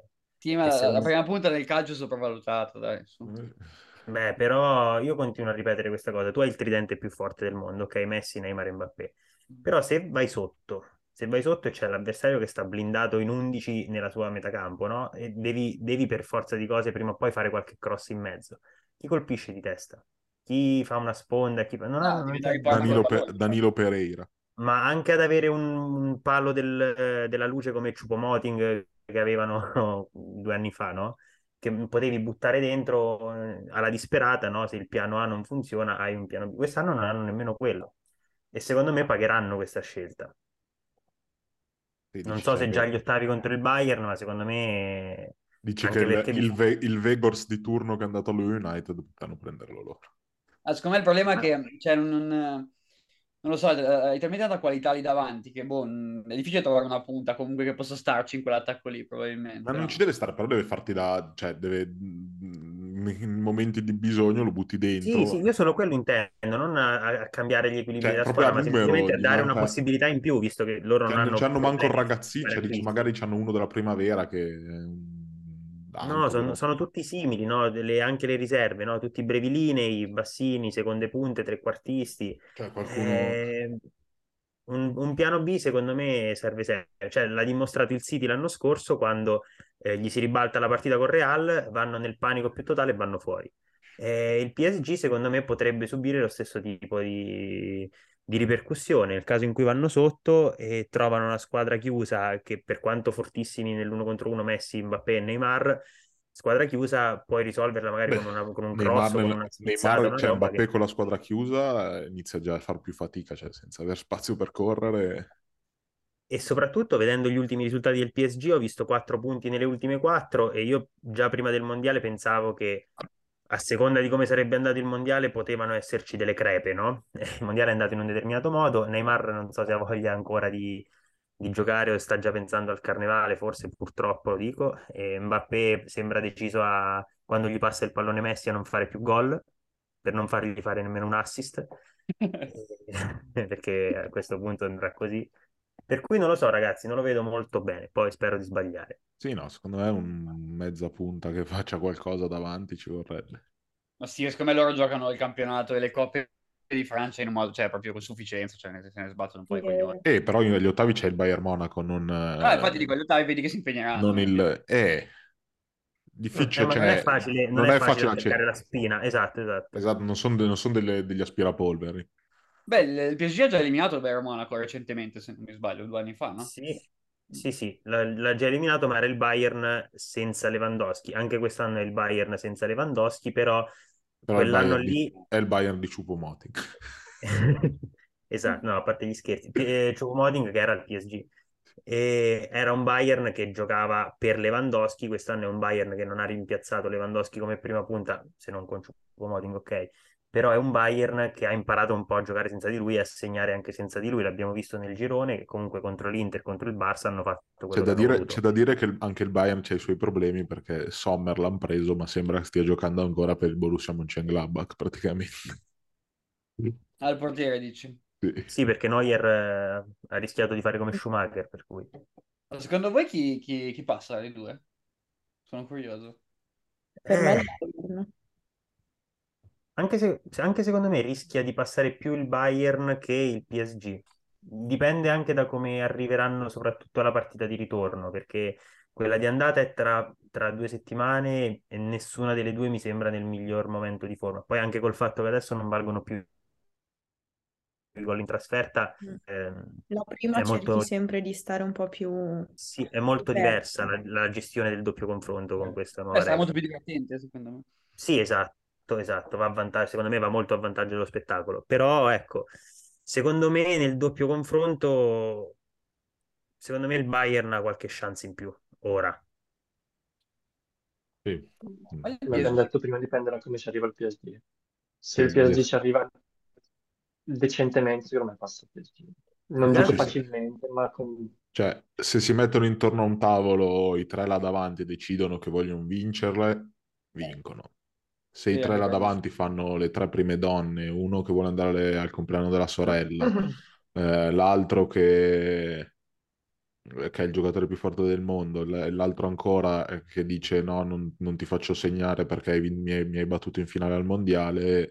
Team, E la secondo... prima punta del calcio è sopravvalutata, dai. Su. Beh, però io continuo a ripetere questa cosa. Tu hai il tridente più forte del mondo, ok? Messi, Neymar e Mbappé. Però se vai sotto e c'è l'avversario che sta blindato in 11 nella sua metacampo, no? E devi per forza di cose prima o poi fare qualche cross in mezzo. Chi colpisce di testa? Chi fa una sponda? No, Non devi c'è dare il porto col pallone. Danilo Pereira. ma anche ad avere un palo della luce come Choupo-Moting che avevano 2 anni fa, no? Che potevi buttare dentro alla disperata, no? Se il piano A non funziona, hai un piano B. Quest'anno non hanno nemmeno quello. E secondo me pagheranno questa scelta. Non so se già gli ottavi contro il Bayern, ma secondo me Dice che anche perché il Vegors di turno che è andato allo United potranno prenderlo loro. Secondo me il problema è che cioè, non lo so, hai talmente tanta qualità lì davanti che boh, è difficile trovare una punta comunque che possa starci in quell'attacco lì, Ma probabilmente, non ci no? deve stare, però deve farti cioè deve, in momenti di bisogno lo butti sì, sì, dentro. io solo quello intendo, non a cambiare gli equilibri Cioè, della proprio a squadra, ma numero, semplicemente a dare una cioè, possibilità in più, visto che loro non non hanno c'hanno manco il problemi a ragazzino, fare cioè dici acquisti. magari c'hanno uno della primavera che è No, alto, però. sono tutti simili, no? Anche le riserve, no? Tutti brevilinei, bassini, seconde punte, trequartisti. Cioè qualcuno... Eh, un piano B secondo me serve sempre. Cioè, l'ha dimostrato il City l'anno scorso quando gli si ribalta la partita con Real, vanno nel panico più totale e vanno fuori. Il PSG secondo me potrebbe subire lo stesso tipo di ripercussione nel caso in cui vanno sotto e trovano una squadra chiusa che per quanto fortissimi nell'uno contro uno Messi, Mbappé e Neymar, squadra chiusa puoi risolverla magari Beh, con un cross o con Neymar, una schizzata, una cioè roba Mbappé che... con la squadra chiusa inizia già a far più fatica, cioè senza aver spazio per correre. E soprattutto vedendo gli ultimi risultati del PSG, ho visto 4 punti nelle ultime 4 e io già prima del mondiale pensavo che a seconda di come sarebbe andato il mondiale potevano esserci delle crepe, no? Il mondiale è andato in un determinato modo, Neymar non so se ha voglia ancora di giocare o sta già pensando al carnevale, forse purtroppo lo dico, e Mbappé sembra deciso a, quando gli passa il pallone Messi a non fare più gol, per non fargli fare nemmeno un assist, perché a questo punto andrà così. Per cui non lo so, ragazzi, non lo vedo molto bene, poi spero di sbagliare. Sì, no, secondo me un mezza punta che faccia qualcosa davanti ci vorrebbe. Ma sì, secondo me loro giocano il campionato e le coppe di Francia in un modo, cioè proprio con sufficienza, cioè se ne sbattono un po' Sì, i coglioni. Però negli ottavi c'è il Bayern Monaco, No, infatti dico, gli ottavi vedi che si non impegneranno alla fine. il... difficile, Ma non è cioè, facile, non non è è facile facile attaccare accettare. la spina, esatto, esatto. Esatto, non sono degli aspirapolveri. Beh, il PSG ha già eliminato il Bayern Monaco recentemente, se non mi sbaglio, 2 anni fa, no? Sì, sì, sì, l'ha già eliminato, ma era il Bayern senza Lewandowski. Anche quest'anno è il Bayern senza Lewandowski, però Però quell'anno lì è il Bayern di Choupo-Moting. esatto, no, a parte gli scherzi. Choupo-Moting che era al PSG. E era un Bayern che giocava per Lewandowski, quest'anno è un Bayern che non ha rimpiazzato Lewandowski come prima punta, se non con Choupo-Moting, ok. Però è un Bayern che ha imparato un po' a giocare senza di lui e a segnare anche senza di lui. L'abbiamo visto nel girone, che comunque contro l'Inter, contro il Barça hanno fatto quello che hanno C'è voluto. da dire che anche il Bayern c'ha i suoi problemi perché Sommer l'hanno preso, ma sembra che stia giocando ancora per il Borussia Mönchengladbach praticamente. Al portiere, dici. Sì. Sì, perché Neuer ha rischiato di fare come Schumacher, per cui... Ma secondo voi chi passa dei due? Sono curioso. Per me è il Eh, Bayern. anche secondo me rischia di passare più il Bayern che il PSG. Dipende anche da come arriveranno soprattutto alla partita di ritorno, perché quella di andata è tra 2 settimane e nessuna delle due mi sembra nel miglior momento di forma. Poi anche col fatto che adesso non valgono più i gol in trasferta, Mm. ehm, La prima è cerchi molto, sempre di stare un po' più sì, è molto diversa aperto. la gestione del doppio confronto con questa nuova Sarà regola. molto più divertente, secondo me. Sì, esatto, esatto, va a vantaggio, secondo me va molto a vantaggio dello spettacolo, però ecco, secondo me nel doppio confronto, secondo me il Bayern ha qualche chance in più, ora. Sì. Mm. Ma il Come abbiamo PSG? detto prima, dipende da come ci arriva il PSG. Se Sì, il PSG ci arriva decentemente, secondo me passa il PSG. Più Non che sì, dico sì, altro, sì. facilmente, ma con... Cioè, se si mettono intorno a un tavolo i tre là davanti e decidono che vogliono vincerle, vincono. Se i Sì, tre anche là quello. davanti fanno le tre prime donne, uno che vuole andare al compleanno della sorella, l'altro che che è il giocatore più forte del mondo, l'altro ancora che dice no, non ti faccio segnare perché mi hai battuto in finale al mondiale,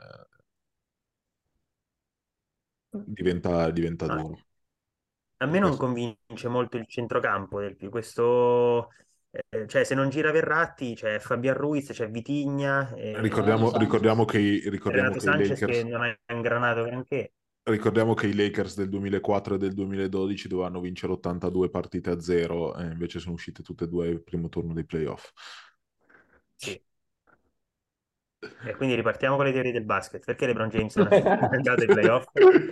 diventa No, duro. a me non convince molto il centrocampo del più. Questo, cioè, se non gira Verratti, c'è Fabian Ruiz, c'è Vitigna, Renato Sanchez. Ricordiamo Renato che i Sanchez che Lakers, non ha ingranato granché. ricordiamo che i Lakers del 2004 e del 2012 dovevano vincere 82 partite a zero e invece sono uscite tutte e due il primo turno dei playoff. Sì. E quindi ripartiamo con le teorie del basket. Perché LeBron James non è andato ai playoff?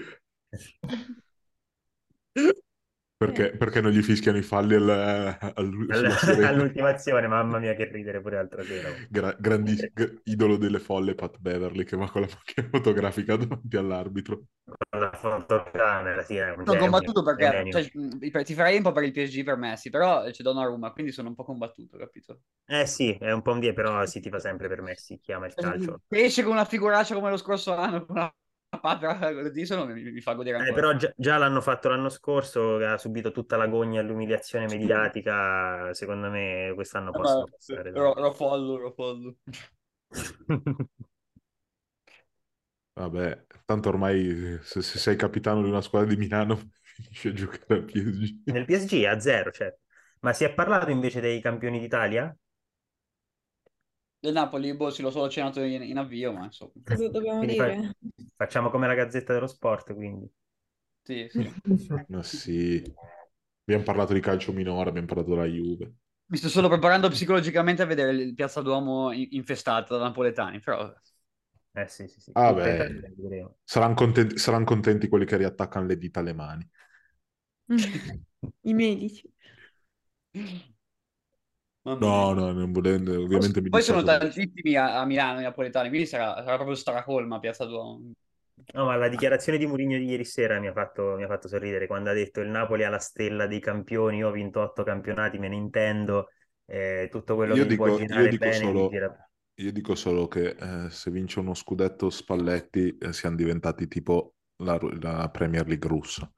Perché non gli fischiano i falli sulla sirena? All'ultimazione, mamma mia, che ridere pure l'altra sera. Idolo delle folle Pat Beverly che va con la macchina fotografica davanti all'arbitro. Con la fotocamera, sì, è Sono un combattuto perché genio. cioè, ti farei un po' per il PSG per Messi, però c'è Donnarumma, quindi sono un po' combattuto, capito? Eh sì, è un po' un die, però si tifa sempre per Messi, chi ama il calcio. Se esce con una figuraccia come lo scorso anno, con una papera così, mi fa godere ancora. Però già l'hanno fatto l'anno scorso, che ha subito tutta l'agonia e l'umiliazione mediatica. Secondo me quest'anno possono passare, dai. Ero follo. Vabbè, tanto ormai se sei capitano di una squadra di Milano finisci a giocare al PSG. Nel PSG a zero, certo. Ma si è parlato invece dei campioni d'Italia? Del Napoli, boh, sì, l'ho solo cenato in avvio, ma insomma. Cosa dobbiamo Quindi dire? facciamo come la Gazzetta dello Sport, quindi. Sì. Ma sì, abbiamo parlato di calcio minore, abbiamo parlato della Juve. Mi sto solo preparando psicologicamente a vedere il Piazza Duomo infestato da napoletani, però... Sì, sì, sì. Ah Tutte e beh, tre, vedremo. saranno contenti quelli che riattaccano le dita alle mani. I medici. Mamma No, mia. no, non volendo, ovviamente mi Poi sono dissocio. tantissimi a Milano i napoletani, quindi sarà proprio stracolma Piazza Duomo. No, ma la dichiarazione di Mourinho di ieri sera mi ha fatto sorridere quando ha detto il Napoli ha la stella dei campioni, io ho vinto 8 campionati, me ne intendo, tutto quello Io che mi può dico, io girare dico bene mi solo, gira. io dico solo che se vince uno scudetto Spalletti siamo diventati tipo la Premier League russa.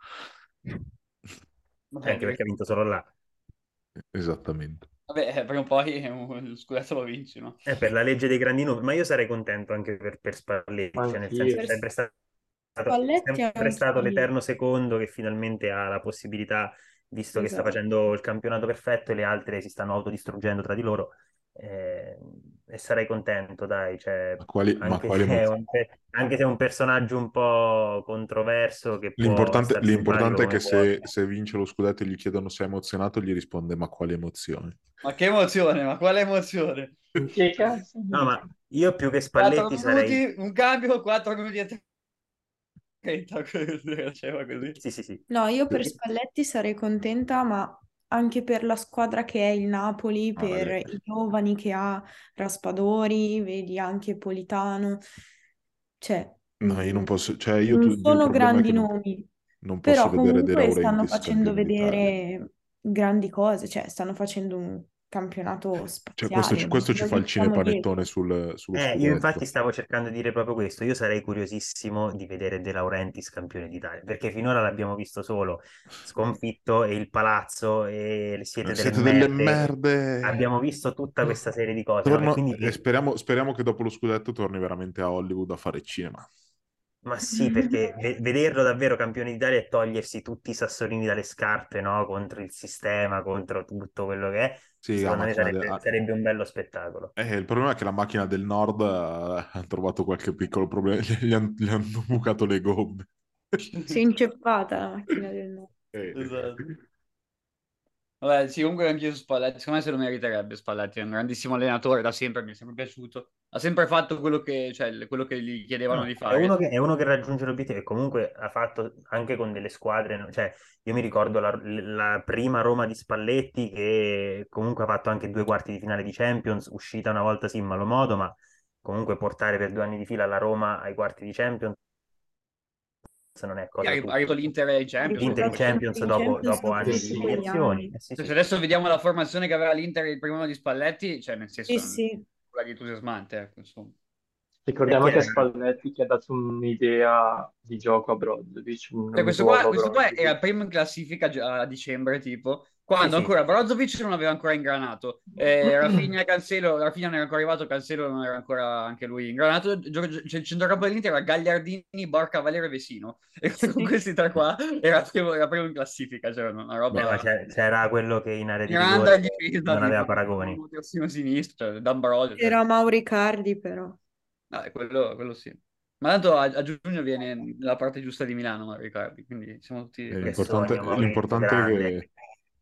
Vabbè, Anche perché ha vinto solo là. Esattamente. prima o poi lo scudetto lo vinci, no? Per la legge dei grandi numeri, ma io sarei contento anche per Spalletti, cioè nel senso è Anch'io. Per Spalletti sempre stato anch'io. l'eterno secondo che finalmente ha la possibilità, visto che sta Esatto. facendo il campionato perfetto e le altre si stanno autodistruggendo tra di loro, e sarei contento, dai, cioè, Ma anche quali se è emozioni? anche se è un personaggio un po' controverso che può L'importante star simpatico l'importante è che come può. se vince lo scudetto e gli chiedono se è emozionato, gli risponde ma quali emozioni? Ma che emozione, ma quale emozione? Che cazzo No, dici? ma io più che 4 Spalletti sarei. minuti, un cambio, 4 minuti e 30, faceva così. Sì, sì, sì. No, io per Spalletti sarei contenta, ma anche per la squadra che è il Napoli, Ah, per i giovani che ha Raspadori, vedi anche Politano, cioè, no, io non posso, cioè non il sono problema è che grandi nomi, non posso però vedere De comunque stanno Laurentiis facendo campione d'Italia. vedere grandi cose, cioè stanno facendo un campionato Cioè, spaziale, questo ci non fa gli il stiamo cinepanettone dietro. sullo Io infatti scudetto. stavo cercando di dire proprio questo. Io sarei curiosissimo di vedere De Laurentiis campione d'Italia, perché finora l'abbiamo visto solo sconfitto e il palazzo e siete delle Siete delle merde. merde. Abbiamo visto tutta questa serie di cose, no? E quindi Speriamo che dopo lo scudetto torni veramente a Hollywood a fare cinema. ma sì, perché vederlo davvero campione d'Italia e togliersi tutti i sassolini dalle scarpe, no? Contro il sistema, contro tutto quello che è, Sì, la secondo me macchina sarebbe un bello spettacolo. il problema è che la macchina del Nord ha trovato qualche piccolo problema, gli hanno bucato le gomme. Si è inceppata la macchina del nord. Eh. Esatto. Vabbè, sì, comunque anche io su Spalletti, secondo me se lo meriterebbe Spalletti, è un grandissimo allenatore, da sempre mi è sempre piaciuto, ha sempre fatto quello che gli chiedevano No, di è uno fare. che raggiunge l'obiettivo e comunque ha fatto anche con delle squadre, no? Cioè io mi ricordo la prima Roma di Spalletti che comunque ha fatto anche 2 quarti di finale di Champions, uscita una volta sì in malo modo, ma comunque portare per 2 anni di fila la Roma ai quarti di Champions non è Poi cosa ha avuto tutti. l'Inter e i Ha Champions, L'Inter in comunque riportato cioè, Champions in dopo, Champions dopo dopo Sì, anni di sì. 6 umiliazioni. anni. Sì, se sì. adesso vediamo la formazione che aveva l'Inter il primo anno di Spalletti, cioè nel Sì, senso, sì. nulla di entusiasmante, ecco, insomma. E Ricordiamo chi che è era? Spalletti che ha dato un'idea di gioco a Brozovic, Cioè, un nuovo questo qua era il Brozovic. primo in classifica a dicembre, tipo, Sì, quando sì. ancora Brozovic non aveva ancora ingranato. Rafinha e Cancelo, Rafinha non era ancora arrivato, Cancelo non era ancora anche lui ingranato. Cioè, il centrocampo dell'Inter era Gagliardini, Barca, Valero e Vesino. E con Sì. questi tre qua era primo in classifica, cioè una Beh, ma roba... c'era quello che in area di Grande rigore difesa non aveva di paragoni. terzino sinistro, cioè D'Ambrosio, cioè, C'era Mauri Cardi però. quello sì. Ma tanto a giugno viene nella parte giusta di Milano, Mario Riccardi, quindi siamo tutti Che tranquilli. sogno, Maurizio, l'importante è grande. che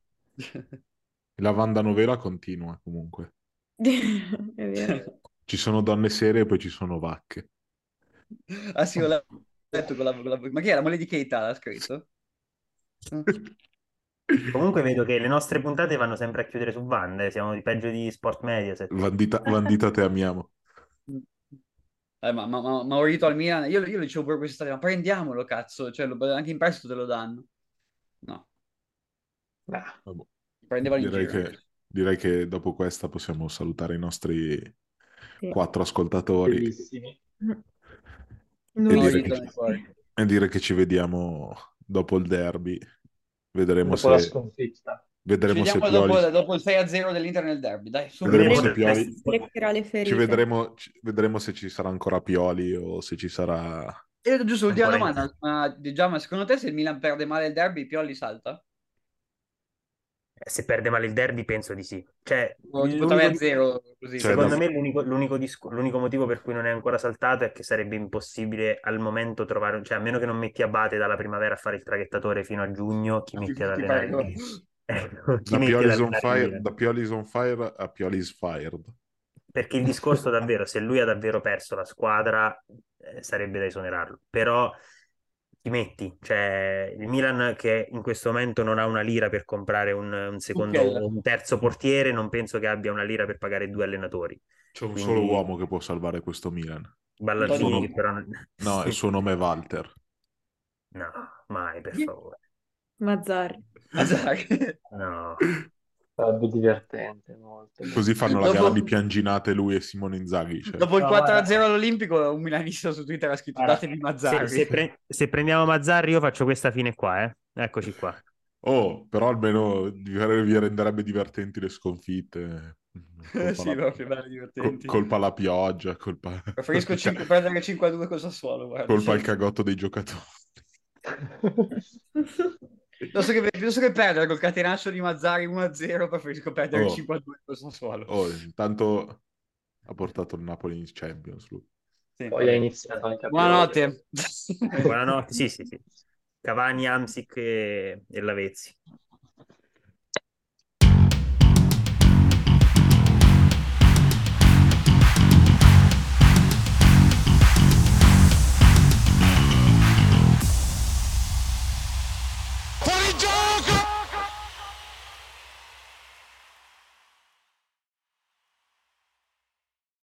la Vanda Novela continua comunque. È vero. Ci sono donne serie e poi ci sono vacche. Ah sì, ho letto Ma chi è? La moglie di Keita l'ha scritto? Comunque vedo che le nostre puntate vanno sempre a chiudere su Wanda, siamo di peggio di Sport Mediaset. Vandita, te amiamo. Ma ho ridito al Milan, io lo dicevo pure quest'estate, ma prendiamolo, cazzo, cioè, anche in prestito te lo danno. No, Nah, Vabbè. prendevano in Direi giro. che dopo questa possiamo salutare i nostri Sì. 4 ascoltatori bellissimi. e Ma ho Noi dire sì. ridito che, nel cuore. e dire che ci vediamo dopo il derby. Vedremo Dopo la se, sconfitta. Ci vedremo se vediamo Pioli, dopo il 6-0 dell'Inter nel derby, dai, subito. vedremo Vedremo se Diremo se Pioli, si leccherà le ci ferite. vedremo se ci sarà ancora Pioli o se ci sarà... E giusto, ultima ancora in... domanda, ma secondo te se il Milan perde male il derby, Pioli salta? Se perde male il derby, penso di sì. Cioè, O tipo 3-0, così, Cioè, secondo da- me l'unico motivo per cui non è ancora saltato è che sarebbe impossibile al momento trovare, cioè a meno che non metti Abate dalla primavera a fare il traghettatore fino a giugno, chi metti ad ti allenare il prego. Milan? Chi Da metti ad Pioli's on allenare il fire, Milan? da Pioli's on fire a Pioli's fired. Perché il discorso davvero, se lui ha davvero perso la squadra, sarebbe da esonerarlo. Però ti metti, cioè il Milan che in questo momento non ha una lira per comprare un secondo Tuchel. o un terzo portiere, non penso che abbia una lira per pagare due allenatori. C'è un solo Quindi uomo che può salvare questo Milan. Il suo Ballardini che nome... però... No, il suo nome è Walter. No, mai, per favore. Mazzarri. No. Sarebbe divertente, molto, Così molto. fanno la gara di Dopo, pianginate lui e Simone Inzaghi. Cioè. dopo il No, 4-0 all'Olimpico, un milanista su Twitter ha scritto guarda, datevi Se, Mazzarri. se pre- se prendiamo Mazzarri, io faccio questa fine qua, eh. Eccoci qua. Oh, però almeno vi renderebbe divertenti le sconfitte. Colpa Sì, la, proprio belli divertenti. colpa la pioggia, colpa, Preferisco perdere 5-2 col Sassuolo, guarda. colpa il Sì. cagotto dei giocatori. Piuttosto che perdere col catenaccio di Mazzari 1-0, preferisco perdere Oh, 5-2 col Sassuolo. intanto ha portato il Napoli in Champions lui. Sì, Poi ha vabbè. iniziato anche a piovere. Buonanotte. Buonanotte, sì, sì, sì. Cavani, Amsic e Lavezzi.